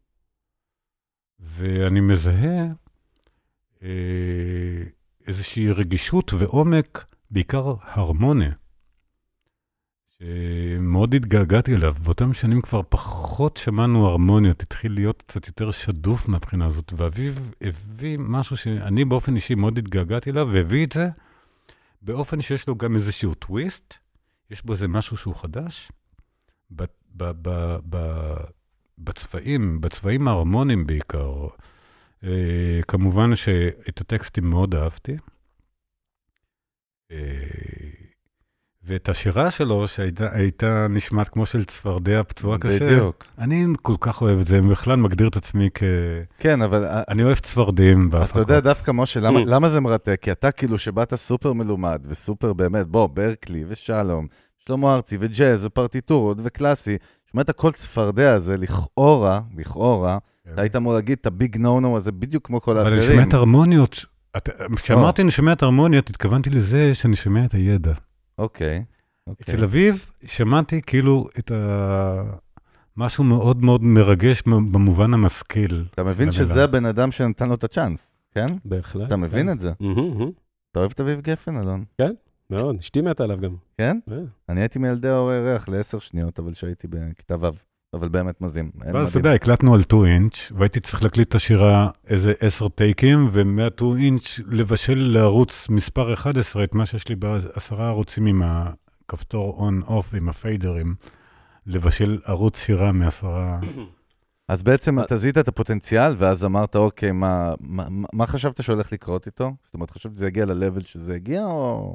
ואני מזהה איזושהי רגישות ועומק, בעיקר הרמוניה, שמאוד התגעגעתי אליו. באותם שנים כבר פחות שמענו הרמוניות, התחיל להיות קצת יותר שדוף מהבחינה הזאת, ואביו הביא משהו שאני באופן אישי מאוד התגעגעתי אליו, והביא את זה באופן שיש לו גם איזשהו טוויסט, יש בו איזה משהו שהוא חדש, בצבעים ההרמוניים בעיקר. כמובן שאת הטקסטים מאוד אהבתי, ואת השירה שלו, שהייתה נשמעת כמו של צפרדע פצועה קשה. בדיוק. אני כל כך אוהב את זה, אני בכלל מגדיר את עצמי כן, אבל... אני אוהב צפרדים בהפקות. אתה יודע דווקא, משה, למה זה מרתק? כי אתה כאילו שבאת סופר מלומד, וסופר באמת, ברקלי ושלום, שלמה ארצי וג'אז ופרטיטורות וקלאסי, שמעת כל צפרדע הזה, לכאורה, אתה היית אמור להגיד את הביג נו-נו הזה, בדיוק כמו כל האחרים. אבל אני שומע את ההרמוניות, כשאמרתי אני שומע את ההרמוניות, התכוונתי לזה שאני שומע את הידע. אוקיי. אצל אביב שמעתי כאילו את משהו מאוד מאוד מרגש במובן המשכיל. אתה מבין שזה הבן אדם שנתן לו את הצ'אנס, כן? בהחלט. אתה מבין את זה? אתה אוהב את אביב גפן, אלון? כן, מאוד. אשתי מתה עליו גם. כן? אני הייתי מילדי ההורי ריח ל10 שניות, אבל שהייתי בכיתה ו', אבל באמת מזים. ואז אתה יודע, הקלטנו על 2 אינץ', והייתי צריך להקליט את השירה איזה 10 טייקים, ומה-2 אינץ' לבשל לערוץ מספר 11, את מה שיש לי ב10 ערוצים עם הכפתור און-אוף, עם הפיידרים, לבשל ערוץ שירה מ10... אז בעצם אתה זיהית את הפוטנציאל, ואז אמרת, אוקיי, מה חשבת שהולך לקרות איתו? זאת אומרת, חשבת שזה יגיע ללבל שזה הגיע, או...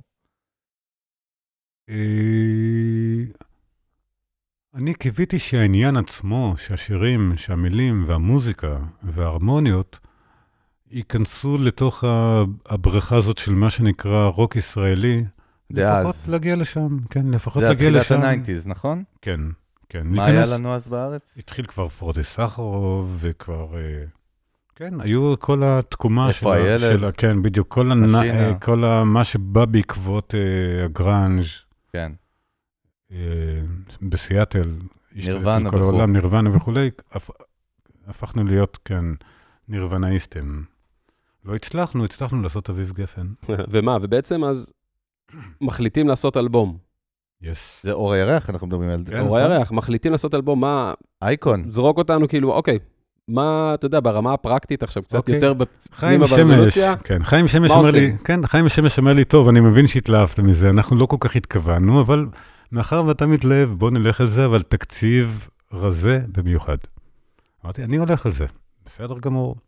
אני קיוויתי שהעניין עצמו, שהשירים, שהמילים והמוזיקה וההרמוניות, ייכנסו לתוך הבריכה הזאת של מה שנקרא רוק ישראלי, לפחות להגיע לשם, כן, לפחות להגיע לשם. זה התחילת ה-90s, נכון? כן, כן. מה היה לנו אז בארץ? התחיל כבר פרודי סחרוב, וכבר, כן, היו כל התקומה איפה הילד? כן, בדיוק, כל מה שבא בעקבות הגרנג'. כן. בסיאטל, נירוונה כל העולם, נירוונה וכולי, הפכנו להיות כאן נירוונאיסטים. לא הצלחנו לעשות אביב גפן. ומה? ובעצם אז מחליטים לעשות אלבום. Yes. זה אור הירח, אנחנו מדברים על... אור הירח, מחליטים לעשות אלבום, מה... אייקון. זרוק אותנו כאילו, אוקיי, מה, אתה יודע, ברמה הפרקטית עכשיו, קצת יותר חיים שמש, כן, חיים שמש אומר לי, כן, חיים שמש אומר לי, טוב, אני מבין שהתלהבת מזה, אנחנו לא כל כך התכוונו, אבל מאחר ואתה מתלהב, בוא נלך על זה, אבל תקציב רזה במיוחד. אמרתי, אני הולך על זה, בסדר גמור.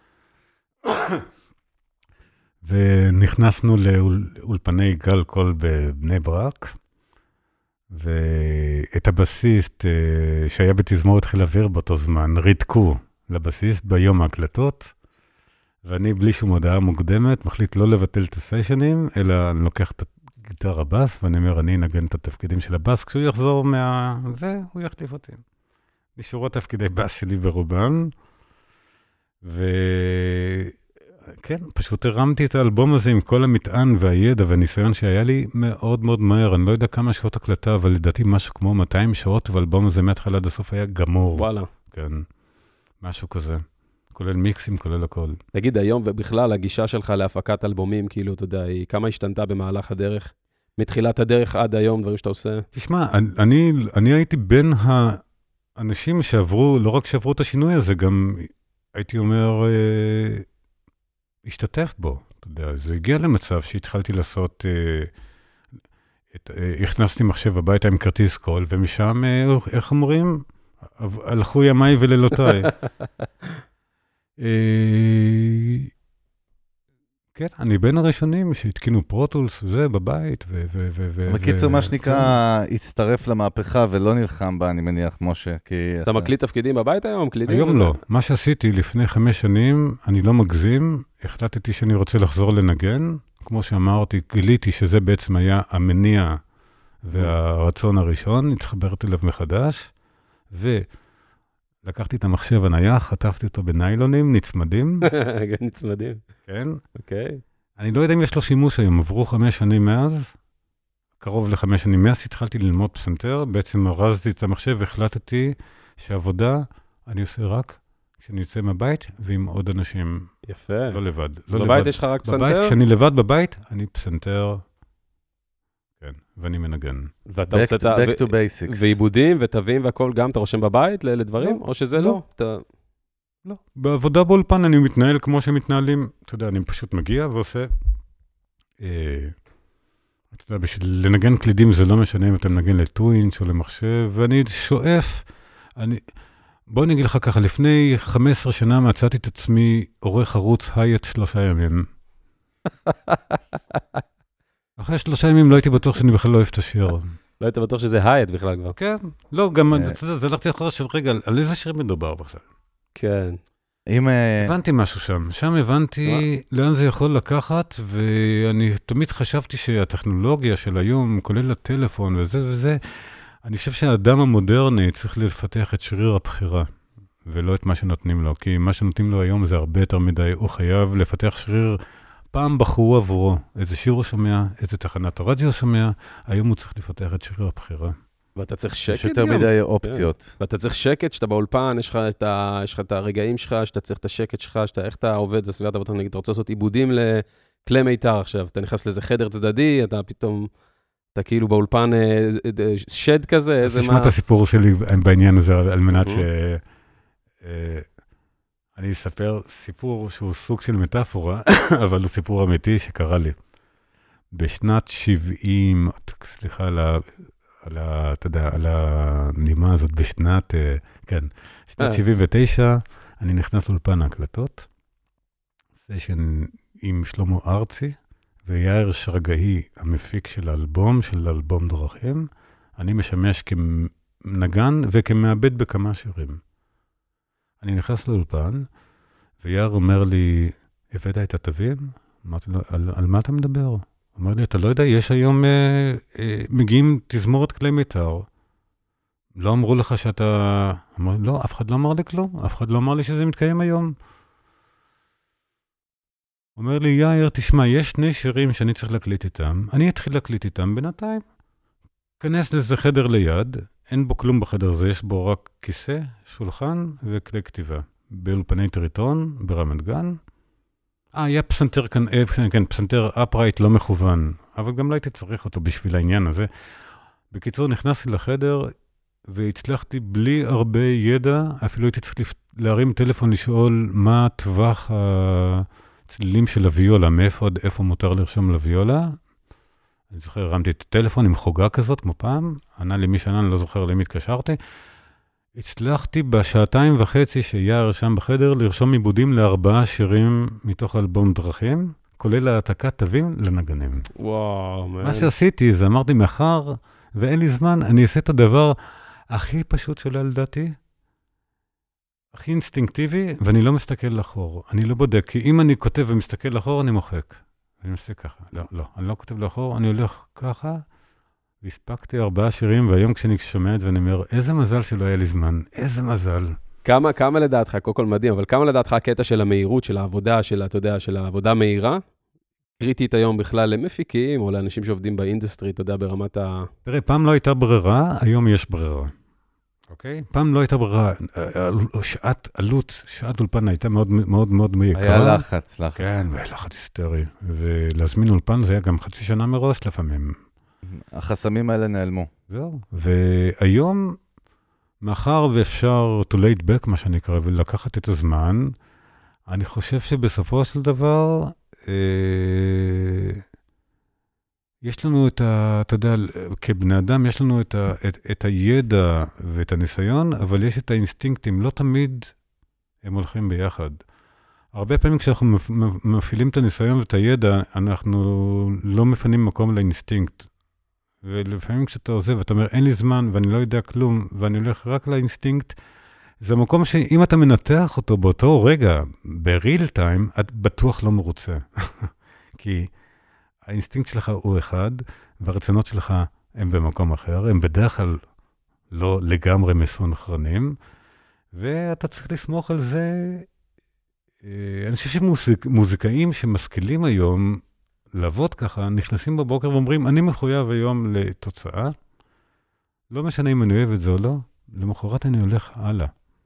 ונכנסנו לאולפני גל קול בבני ברק, ואת הבסיסט שהיה בתזמורת חיל האוויר באותו זמן, ריתקו לבסיסט ביום ההקלטות, ואני בלי שום הודעה מוקדמת, מחליט לא לבטל את הסיישנים, אלא אני לוקח את גיטר הבאס, ואני אומר, אני אנגן את התפקידים של הבאס, כשהוא יחזור זה, הוא יחליף אותי. נשארו התפקידי באס שלי ברובם, כן, פשוט הרמתי את האלבום הזה עם כל המטען והידע והניסיון שהיה לי מאוד מאוד מהר. אני לא יודע כמה שעות הקלטה, אבל לדעתי משהו כמו 200 שעות, והאלבום הזה מההתחלה עד הסוף היה גמור. וואלה. כן, משהו כזה. כולל מיקסים, כולל הכל. תגיד, היום ובכלל, הגישה שלך להפקת אלבומים, כאילו, אתה יודע, כמה השתנתה במהלך הדרך, מתחילת הדרך עד היום, דברים שאתה עושה? תשמע, אני הייתי בין האנשים שעברו, לא רק שעברו את השינוי הזה, גם הייתי אומר, השתתף בו. אתה יודע, זה הגיע למצב שהתחלתי לעשות, הכנסתי מחשב הביתה עם כרטיס קול, ומשם, איך אומרים? הלכו ימיי ולילותיי. כן, אני בין הראשונים שהתקינו פרוטולס וזה בבית. בקיצור, מה שנקרא, הצטרף למהפכה ולא נלחם בה, אני מניח, משה. אתה מקליט תפקידים בבית היום? היום לא. מה שעשיתי לפני 5 שנים, אני לא מגזים, החלטתי שאני רוצה לחזור לנגן. כמו שאמרתי, גיליתי שזה בעצם היה המניע והרצון הראשון, התחברתי אליו מחדש, לקחתי את המחשב הנייח, חטפתי אותו בניילונים, נצמדים. נצמדים. כן. אוקיי. אני לא יודע אם יש לו שימוש היום, עברו 5 שנים מאז, קרוב ל5 שנים מאז, התחלתי ללמוד פסנתר, בעצם הרזתי את המחשב והחלטתי שעבודה אני עושה רק כשאני יוצא מהבית ועם עוד אנשים. יפה. לא לבד. אז בבית יש לך רק פסנתר? כשאני לבד בבית, אני פסנתר. כן, ואני מנגן. ואתה עושה את ה... Back to basics. ועיבודים ותווים והכל גם, אתה רושם בבית לדברים? או שזה לא? לא. בעבודה באולפן אני מתנהל כמו שמתנהלים. אתה יודע, אני פשוט מגיע ועושה... אתה יודע, בשביל לנגן קלידים זה לא משנה אם אתה מנגן לטווינץ' או למחשב, ואני שואף... בוא אני אגיד לך ככה, לפני 15 שנה מצאתי את עצמי עורך ערוץ הייט 3 ימים. אחרי 3 ימים לא הייתי בטוח שאני בכלל לא אוהב את השיר. לא היית בטוח שזה הייט בכלל כבר. כן, לא, גם, זה הלכתי אחרי של רגע, על איזה שיר מדובר בכלל? כן. הבנתי משהו שם, שם הבנתי לאן זה יכול לקחת, ואני תמיד חשבתי שהטכנולוגיה של היום, כולל הטלפון וזה, אני חושב שהאדם המודרני צריך לפתח את שריר הבחירה, ולא את מה שנותנים לו, כי מה שנותנים לו היום זה הרבה יותר מדי, הוא חייב לפתח שריר, פעם בחרו עבורו, איזה שיר הוא שומע, איזה תחנת הרדיו הוא שומע, היום הוא צריך לפתח את שריר הבחירה. ואתה צריך שקט יש יותר מדי אופציות. ואתה צריך שקט, שאתה באולפן, יש לך את הרגעים שלך, שאתה צריך את השקט שלך, איך אתה עובד בסביבת עבודה, נגיד, אתה רוצה לעשות עיבודים לכלי מיתר עכשיו, אתה נכנס לאיזה חדר צדדי, אתה פתאום, אתה כאילו באולפן שד כזה, איזה מה... תשמע את הסיפור שלי בעניין הזה, על מנת אני אספר סיפור שהוא סוג של מטאפורה, אבל הוא סיפור אמיתי שקרה לי. בשנת 70, סליחה אתה יודע, על הנימה הזאת בשנת, כן, שנת 79, אני נכנס לאולפן ההקלטות, סשן עם שלמה ארצי, ויאיר שרגאי, המפיק של האלבום, דרכים, אני משמש כנגן וכמעבד בכמה שירים. אני נכנס לאולפן, ויאיר אומר לי, הבאת את התווים? אמרתי לו, על מה אתה מדבר? אמר לי, אתה לא יודע, יש היום, מגיעים תזמורת כלי מיתר. לא אמרו לך שאתה... אמר, לא, אף אחד לא אמר לי כלום, אף אחד לא אמר לי שזה מתקיים היום. אומר לי, יאיר, תשמע, יש 2 שירים שאני צריך להקליט איתם, אני אתחיל להקליט איתם בינתיים. כנס לזה חדר ליד, אין בו כלום בחדר הזה, יש בו רק כיסא, שולחן וכלי כתיבה. באולפני טריטון, ברמת גן. היה פסנתר כאן, כן, פסנתר אפרייט לא מכוון, אבל גם לא הייתי צריך אותו בשביל העניין הזה. בקיצור, נכנסתי לחדר, והצלחתי בלי הרבה ידע, אפילו הייתי צריך להרים טלפון לשאול מה טווח הצלילים של הוויולה, מאיפה עד איפה מותר לרשום לוויולה. אני זוכר, הרמתי את הטלפון עם חוגה כזאת כמו פעם, ענה לי מי שענה, אני לא זוכר למי התקשרתי. הצלחתי בשעתיים וחצי שיאיר שם בחדר לרשום עיבודים ל4 שירים מתוך אלבום דרכים, כולל העתקת תווים לנגנים. וואו, מה שעשיתי זה אמרתי, מאחר ואין לי זמן, אני אעשה את הדבר הכי פשוט שעולה לדעתי, הכי אינסטינקטיבי, ואני לא מסתכל לאחור. אני לא בודק, כי אם אני כותב ומסתכל לאחור, אני מוחק. אני מסתכל ככה. לא, אני לא כותב לאחור, אני הולך ככה, והספקתי 4 שירים, והיום כשאני שומע את זה, אני אומר, איזה מזל שלא היה לי זמן, איזה מזל. כמה לדעתך, קודם כל מדהים, אבל כמה לדעתך הקטע של המהירות, של העבודה, אתה יודע, של העבודה מהירה, קריטית היום בכלל למפיקים, או לאנשים שעובדים באינדסטרי, אתה יודע, ברמת תראה, פעם לא הייתה ברירה, היום יש ברירה. אוקיי? פעם לא הייתה ברירה, שעת אולפן הייתה מאוד מאוד מאוד יקרה. היה לחץ. כן, והיה לחץ היסטרי. ולהזמין אולפן זה היה גם חצי שנה מראש לפעמים. החסמים האלה נעלמו. זהו. והיום, מאחר ואפשר to late back, מה שנקרא, ולקחת את הזמן, אני חושב שבסופו של דבר, יש לנו אתה יודע, כבני אדם, יש לנו את הידע ואת הניסיון, אבל יש את האינסטינקטים, לא תמיד הם הולכים ביחד. הרבה פעמים כשאנחנו מפעילים את הניסיון ואת הידע, אנחנו לא מפנים מקום לאינסטינקט. ולפעמים כשאתה עוזב, ואתה אומר, אין לי זמן ואני לא יודע כלום, ואני הולך רק לאינסטינקט, זה מקום שאם אתה מנתח אותו באותו רגע, בריל טיים, את בטוח לא מרוצה. כי האינסטינקט שלך הוא אחד, והרצונות שלך הם במקום אחר, הם בדרך כלל לא לגמרי מסונכרנים, ואתה צריך לסמוך על זה. אני חושב שמוזיקאים שמשכילים היום לעבוד ככה, נכנסים בבוקר ואומרים, אני מחויב היום לתוצאה, לא משנה אם אני אוהב את זה או לא, למחרת אני הולך הלאה.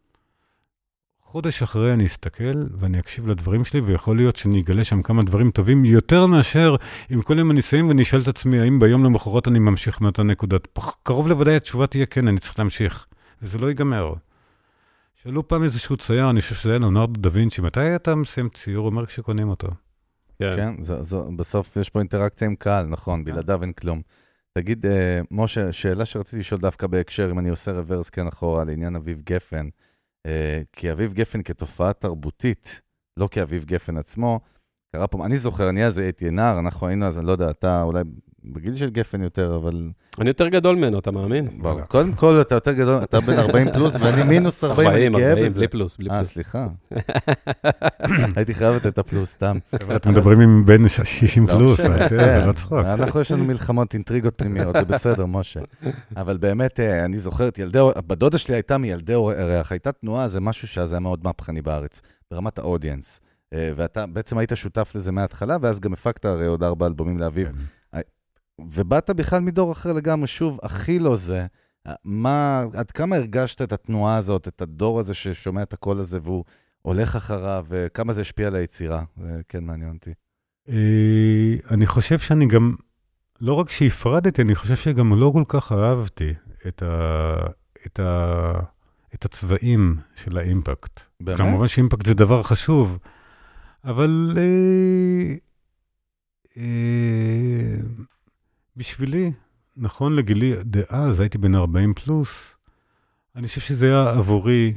חודש אחרי אני אסתכל ואני אקשיב לדברים שלי, ויכול להיות שאני אגלה שם כמה דברים טובים יותר מאשר עם כל יום אני אסיים ואני אשאל את עצמי, האם ביום למחרת אני ממשיך מאותה נקודת. קרוב לוודאי התשובה תהיה כן, אני צריך להמשיך, וזה לא ייגמר. שאלו פעם איזשהו צייר, אני חושב שזה היה ליאונרדו דה וינצ'י, מתי אתה מסיים ציור? הוא אומר כשקונים אותו. כן, בסוף יש פה אינטראקציה עם קהל, נכון, בלעדיו אין כלום. תגיד, משה, שאלה שרציתי לשאול דווקא בהקשר, אם אני עושה רוורס כן אחורה לעניין אביב גפן, כי אביב גפן כתופעה תרבותית, לא כאביב גפן עצמו, קרה פה, אני זוכר, אני אז הייתי נער, אנחנו היינו אז, אני לא יודע, אתה אולי בגיל של גפן יותר, אבל... אני יותר גדול ממנו, אתה מאמין? קודם כל, אתה יותר גדול, אתה בין 40 פלוס, ואני מינוס 40, אני גאה בזה. בלי פלוס, בלי פלוס. סליחה. הייתי חייבת את הפלוס, סתם. אתם מדברים עם בין 60 פלוס, זה לא צחוק. אנחנו יש לנו מלחמות, אינטריגות פנימיות, זה בסדר, משה. אבל באמת, אני זוכרת, בדודה שלי הייתה מילדי אורח, הייתה תנועה, זה משהו שזה היה מאוד מהפכני בארץ, ברמת האודיאנס. ואתה בעצם היית שותף לזה מההתחלה, ואז גם הפקת הרי עוד 4 אלבומים לאביב. ובאת בכלל מדור אחר לגמרי, שוב, הכי לא זה. עד כמה הרגשת את התנועה הזאת, את הדור הזה ששומע את הקול הזה, והוא הולך אחריו, וכמה זה השפיע על היצירה? זה כן מעניין אותי. אני חושב שאני גם, לא רק שהפרדתי, אני חושב שגם לא כל כך אהבתי את הצבעים של האימפקט. באמת? כמובן שאימפקט זה דבר חשוב, אבל בשבילי, נכון לגילי דאז, הייתי בן 40 פלוס, אני חושב שזה היה עבורי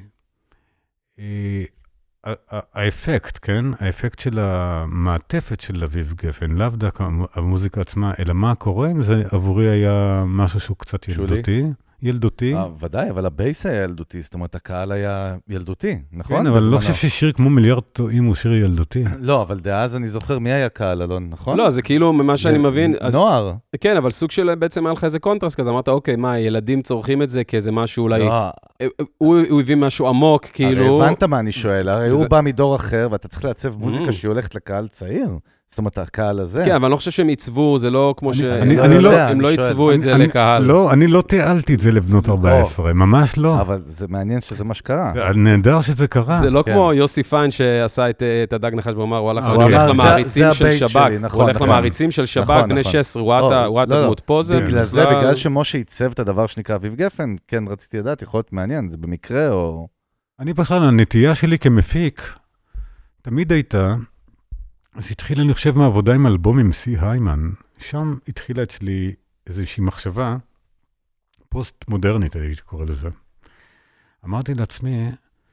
האפקט, כן? האפקט של המעטפת של אביב גפן, לאו דווקא המוזיקה עצמה, אלא מה קורה עם זה, עבורי היה משהו שהוא קצת ילדותי. ודאי, אבל הבייס היה ילדותי, זאת אומרת, הקהל היה ילדותי, נכון? כן, אבל אני לא חושב ששיר כמו מיליארד טועים הוא שיר ילדותי. לא, אבל דאז אני זוכר מי היה קהל, אלון, נכון? לא, זה כאילו, ממה שאני מבין... נוער. כן, אבל סוג של בעצם היה לך איזה קונטרסט כזה, אמרת, אוקיי, מה, ילדים צורכים את זה כאיזה משהו אולי... הוא הביא משהו עמוק, כאילו... הרי הבנת מה אני שואל, הרי הוא בא מדור אחר, ואתה צריך לעצב מוזיקה שהיא הולכת לקהל צעיר. זאת אומרת, הקהל הזה. כן, אבל אני לא חושב שהם עיצבו, זה לא כמו הם לא עיצבו את זה לקהל. לא, אני לא תיאלתי את זה לבנות 14, ממש לא. אבל זה מעניין שזה מה שקרה. נהדר שזה קרה. זה לא כמו יוסי פיין שעשה את הדג נחש ואומר, הוא הולך למעריצים של שב"כ. הוא הולך למעריצים של שב"כ, בני 16, הוא הדמות פה זה. בגלל שמשה ייצב את הדבר שנקרא אביב גפן, כן, רציתי לדעת, יכול להיות מעניין, זה במקרה או... אני בכלל, הנטייה שלי כמפיק, תמיד הייתה, אז התחילה, אני חושב, מהעבודה עם אלבום עם סי היימן, שם התחילה אצלי איזושהי מחשבה, פוסט-מודרנית, הייתי קורא לזה. אמרתי לעצמי,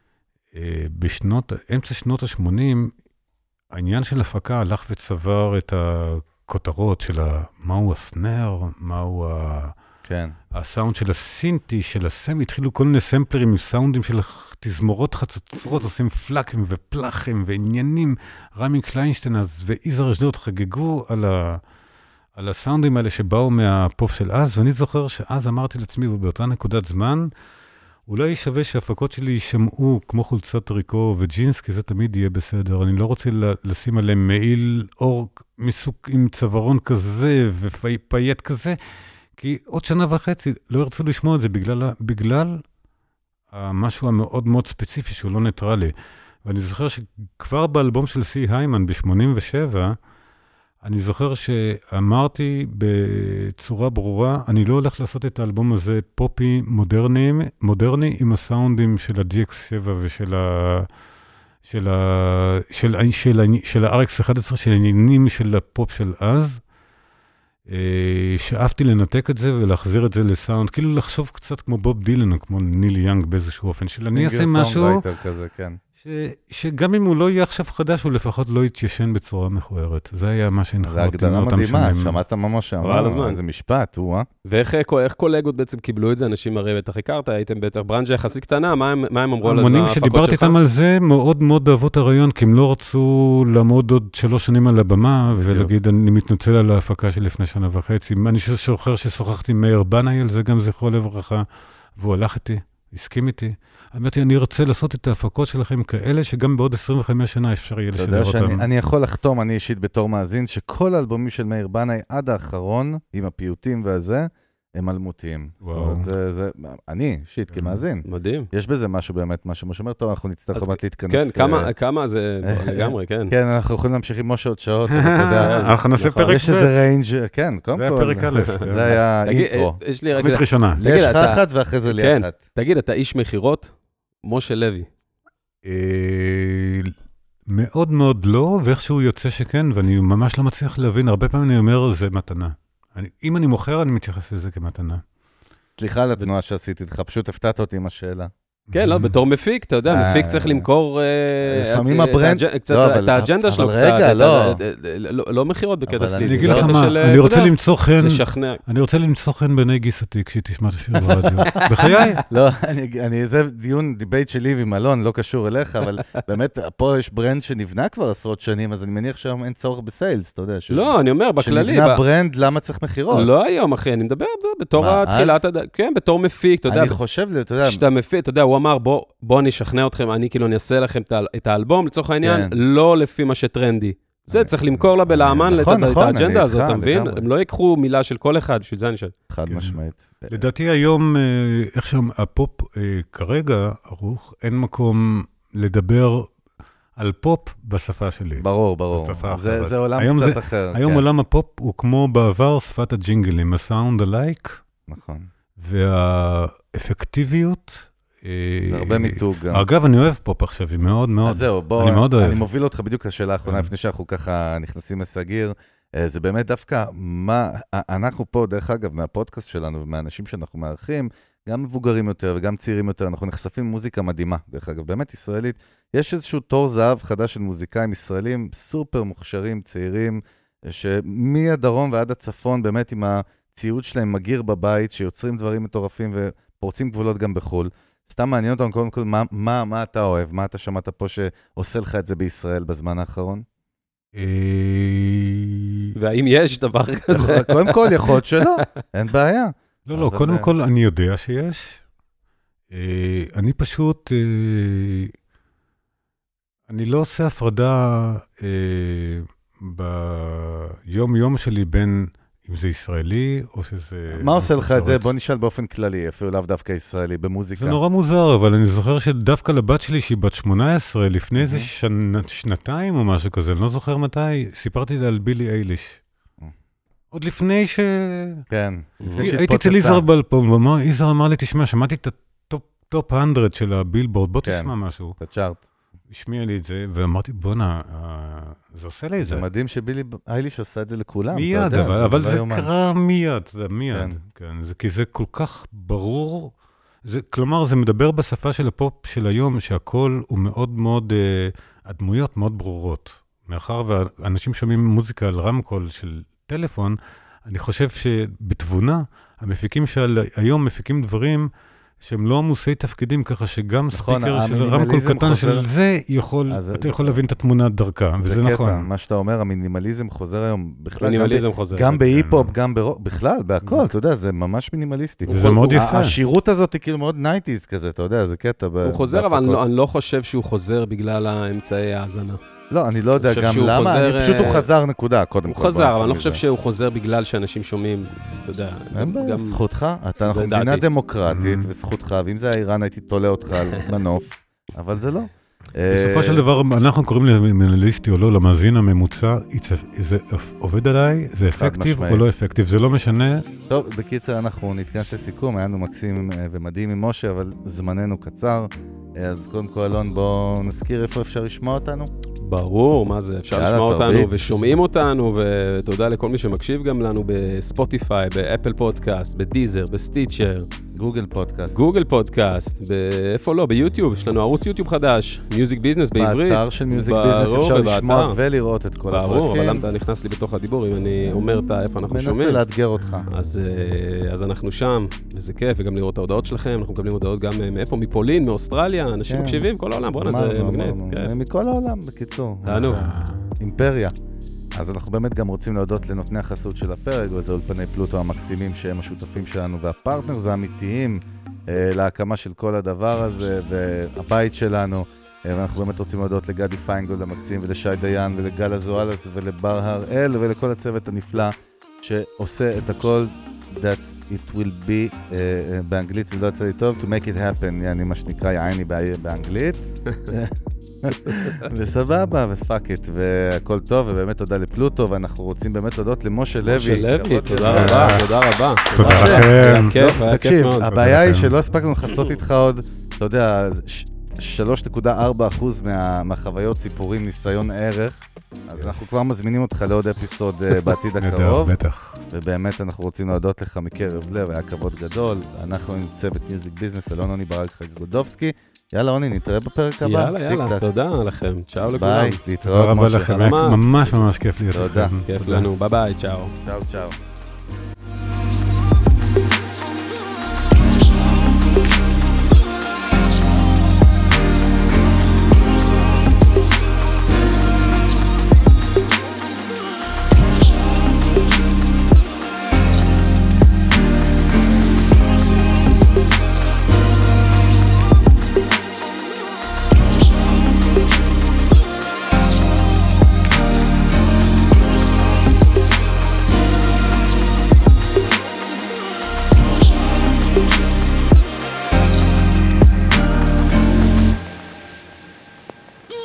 אמצע שנות ה-80, העניין של הפקה הלך וצבר את הכותרות של מהו הסנר, מהו הסאונד של הסינטי, של הסמי, התחילו כל מיני סמפלרים עם סאונדים של תזמורות חצוצרות, עושים פלאקים ופלאחים ועניינים. רמי קליינשטיין אז ואיזר אשדוד חגגו על הסאונדים האלה שבאו מהפופ של אז, ואני זוכר שאז אמרתי לעצמי, ובאותה נקודת זמן, אולי שווה שההפקות שלי יישמעו כמו חולצת טריקו וג'ינס, כי זה תמיד יהיה בסדר. אני לא רוצה לשים עליהם מעיל אור מסוג עם צווארון כזה ופייט כזה, כי עוד שנה וחצי לא ירצו לשמוע את זה בגלל המשהו המאוד מאוד ספציפי שהוא לא ניטרלי. ואני זוכר שכבר באלבום של סי היימן ב-87, אני זוכר שאמרתי בצורה ברורה, אני לא הולך לעשות את האלבום הזה פופי מודרני עם הסאונדים של ה-GX7 ושל ה-RX11, של העניינים של הפופ של אז. שאפתי לנתק את זה ולהחזיר את זה לסאונד, כאילו לחשוב קצת כמו בוב דילן או כמו ניל יאנג באיזשהו אופן, של אני אעשה משהו כזה, כן. שגם אם הוא לא יהיה עכשיו חדש, הוא לפחות לא יתיישן בצורה מכוערת. זה היה מה שהנחלתי מאותם שנים. זה הגדרה מדהימה, שמעת ממש שאמר, איזה משפט, ואיך קולגות בעצם קיבלו את זה? אנשים הרי בטח הכרת, הייתם בטח ברנג'ה יחסית קטנה, מה הם אמרו על ההפקות שלך? המונים שדיברתי איתם על זה מאוד מאוד אהבו את הרעיון, כי הם לא רצו לעמוד עוד 3 שנים על הבמה, ולהגיד, אני מתנצל על ההפקה של לפני 1.5 שנה. אני זוכר ששוחחתי עם מאיר בנאי על זה, גם זכרו לברכה, והוא הלך איתי, הסכים איתי. אמרתי, אני רוצה לעשות את ההפקות שלכם כאלה, שגם בעוד 25 שנה אפשר יהיה לשדר אותם. אני יכול לחתום, אני אישית בתור מאזין, שכל האלבומים של מאיר בנאי עד האחרון, עם הפיוטים והזה, הם אלמותיים. זאת אומרת, אני אישית כמאזין. מדהים. יש בזה משהו באמת, משהו שאומר, טוב, אנחנו נצטרך באמת להתכנס. כן, כמה זה לגמרי, כן. כן, אנחנו יכולים להמשיך עם משה עוד שעות, אתה יודע. אנחנו נעשה פרק ב'. יש איזה ריינג', כן, קודם כל. זה הפרק א'. זה היה אינטרו. תוכנית ראשונה. יש לך אחת ואחרי זה לי אחת. תגיד, אתה איש מכירות? משה לוי. מאוד מאוד לא, ואיכשהו יוצא שכן, ואני ממש לא מצליח להבין, הרבה פעמים אני אומר, זה מתנה. אם אני מוכר, אני מתייחס לזה כמתנה. סליחה על התנועה שעשיתי לך, פשוט הפתעת אותי עם השאלה. כן, לא, בתור מפיק, אתה יודע, מפיק צריך למכור לפעמים הברנד, את האג'נדה שלו קצת. אבל רגע, לא מכירות בקטע סלילי. אני אגיד לך מה, אני רוצה למצוא חן בעיני גיסתי כשהיא תשמע את השיר ברדיו. בחיי? לא, זה דיבייט שלי ועם אלון, לא קשור אליך, אבל באמת, פה יש ברנד שנבנה כבר עשרות שנים, אז אני מניח שהיום אין צורך בסיילס, אתה יודע. לא, אני אומר, בכללי. שנבנה ברנד, למה צריך מכירות? לא היום, אחי, אני מדבר בתור התחילת, כן, בתור מפיק, אתה יודע. אני חושב, אתה יודע. שאתה מפיק, אתה יודע, הוא אמר, בוא אני אשכנע אתכם, אני כאילו אני אעשה לכם את האלבום, לצורך העניין, לא לפי מה שטרנדי. זה צריך למכור לה בלאמן את האג'נדה הזאת, אתה מבין? הם לא ייקחו מילה של כל אחד, בשביל זה אני שואל. חד משמעית. לדעתי היום, איך שם, הפופ כרגע, ערוך, אין מקום לדבר על פופ בשפה שלי. ברור. זה עולם קצת אחר. היום עולם הפופ הוא כמו בעבר שפת הג'ינגלים, הסאונד אלייק. נכון. והאפקטיביות, זה הרבה מיתוג גם. אגב, אני אוהב פופ עכשיו, היא מאוד מאוד. אז זהו, בוא, אני מוביל אותך בדיוק לשאלה האחרונה, לפני שאנחנו ככה נכנסים לסגיר. זה באמת דווקא מה, אנחנו פה, דרך אגב, מהפודקאסט שלנו ומהאנשים שאנחנו מארחים, גם מבוגרים יותר וגם צעירים יותר, אנחנו נחשפים מוזיקה מדהימה, דרך אגב, באמת ישראלית. יש איזשהו תור זהב חדש של מוזיקאים ישראלים, סופר מוכשרים, צעירים, שמהדרום ועד הצפון, באמת עם הציוד שלהם מגיר בבית, שיוצרים דברים מטורפים ופורצים גבולות גם בחול. סתם מעניין אותנו, קודם כל, מה אתה אוהב? מה אתה שמעת פה שעושה לך את זה בישראל בזמן האחרון? והאם יש דבר כזה? קודם כל, יכול להיות שלא, אין בעיה. לא, קודם כל, אני יודע שיש. אני פשוט, אני לא עושה הפרדה ביום-יום שלי בין אם זה ישראלי, או שזה... מה עושה לך את זה? בוא נשאל באופן כללי, אפילו לאו דווקא ישראלי, במוזיקה. זה נורא מוזר, אבל אני זוכר שדווקא לבת שלי, שהיא בת 18, לפני איזה שנתיים או משהו כזה, אני לא זוכר מתי, סיפרתי לה על בילי אייליש. עוד לפני כן, לפני שהתפוצצה. הייתי אצל יזהר בלפום, ויזהר אמר לי, תשמע, שמעתי את הטופ 100 של הבילבורד, בוא תשמע משהו. את הצ'ארט. השמיע לי את זה, ואמרתי, בוא'נה, זה עושה לי את זה. זה מדהים שבילי אייליש עושה את זה לכולם. מיד, אבל זה קרה מיד, זה מיד. כי זה כל כך ברור, כלומר, זה מדבר בשפה של הפופ של היום, שהכל הוא מאוד מאוד, הדמויות מאוד ברורות. מאחר ואנשים שומעים מוזיקה על רמקול של טלפון, אני חושב שבתבונה, המפיקים של היום מפיקים דברים שהם לא עמוסי תפקידים, ככה שגם ספיקר של רמקול קטן של זה יכול, אתה יכול להבין את התמונה דרכה, וזה נכון. מה שאתה אומר, המינימליזם חוזר היום בכלל, גם בהיפ-הופ, גם ברוק, בכלל, בהכל, אתה יודע, זה ממש מינימליסטי. זה מאוד יפה. השירות הזאת היא כאילו מאוד 90s כזה, אתה יודע, זה קטע. הוא חוזר, אבל אני לא חושב שהוא חוזר בגלל האמצעי ההאזנה. לא, אני לא יודע גם למה, פשוט הוא חזר נקודה, קודם כל. הוא חזר, אבל אני לא חושב שהוא חוזר בגלל שאנשים שומעים, אתה יודע. אין בעיה, זכותך, אנחנו מדינה דמוקרטית, וזכותך, ואם זה האיראן הייתי תולה אותך על מנוף, אבל זה לא. בסופו של דבר, אנחנו קוראים לזה מינימליסטי או לא, למאזין הממוצע, זה עובד עליי, זה אפקטיב או לא אפקטיב, זה לא משנה. טוב, בקיצר אנחנו נתכנס לסיכום, היה לנו מקסים ומדהים עם משה, אבל זמננו קצר, אז קודם כל אלון, בואו נזכיר איפה אפשר לשמוע אותנו. ברור, מה זה, אפשר לשמוע אותנו ושומעים אותנו, ותודה לכל מי שמקשיב גם לנו בספוטיפיי, באפל פודקאסט, בדיזר, בסטיצ'ר. גוגל פודקאסט, איפה לא, ביוטיוב, יש לנו ערוץ יוטיוב חדש, מיוזיק ביזנס בעברית. באתר של מיוזיק ביזנס אפשר לשמוע ולראות את כל הפרקים. ברור, אבל למה אתה נכנס לי בתוך הדיבור, אם אני אומר איפה אנחנו שומעים. מנסה לאתגר אותך. אז אנחנו שם, וזה כיף, וגם לראות את ההודעות שלכם, אנחנו מקבלים הודעות גם מאיפה, מפולין, מאוסטרליה, אנשים מקשיבים, כל העולם, בואו נעשה מגניב. מכל העולם, בקיצור. תענו. אימפריה. אז אנחנו באמת גם רוצים להודות לנותני החסות של הפרק, וזה אולפני פלוטו המקסימים שהם השותפים שלנו, והפרטנרס האמיתיים להקמה של כל הדבר הזה, והבית שלנו, ואנחנו באמת רוצים להודות לגדי פיינגולד המקסים, ולשי דיין, ולגל הזואלס, ולבר הראל, ולכל הצוות הנפלא, שעושה את הכל, that it will be, באנגלית זה לא יצא לי טוב, to make it happen, יעני מה שנקרא יעני באנגלית. וסבבה, ופאק איט, והכל טוב, ובאמת תודה לפלוטו, ואנחנו רוצים באמת להודות למשה לוי. משה לוי, תודה רבה, תודה רבה. תודה לכם. תקשיב, הבעיה היא שלא הספקנו לחסות איתך עוד, אתה יודע, 3.4% מהחוויות סיפורים ניסיון ערך, אז אנחנו כבר מזמינים אותך לעוד אפיסוד בעתיד הקרוב. בטח. ובאמת אנחנו רוצים להודות לך מקרב לב, היה כבוד גדול. אנחנו עם צוות מיוזיק ביזנס, אלון עוני ברק חגודובסקי. יאללה עוני, נתראה בפרק הבא. יאללה, תודה לכם. צ'או לכולם. ביי, להתראות משה. לכם, ממש ממש כיף להיות לכם. תודה. כיף לנו, ביי ביי, צ'או. צ'או.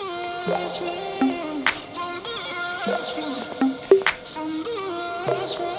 That's me.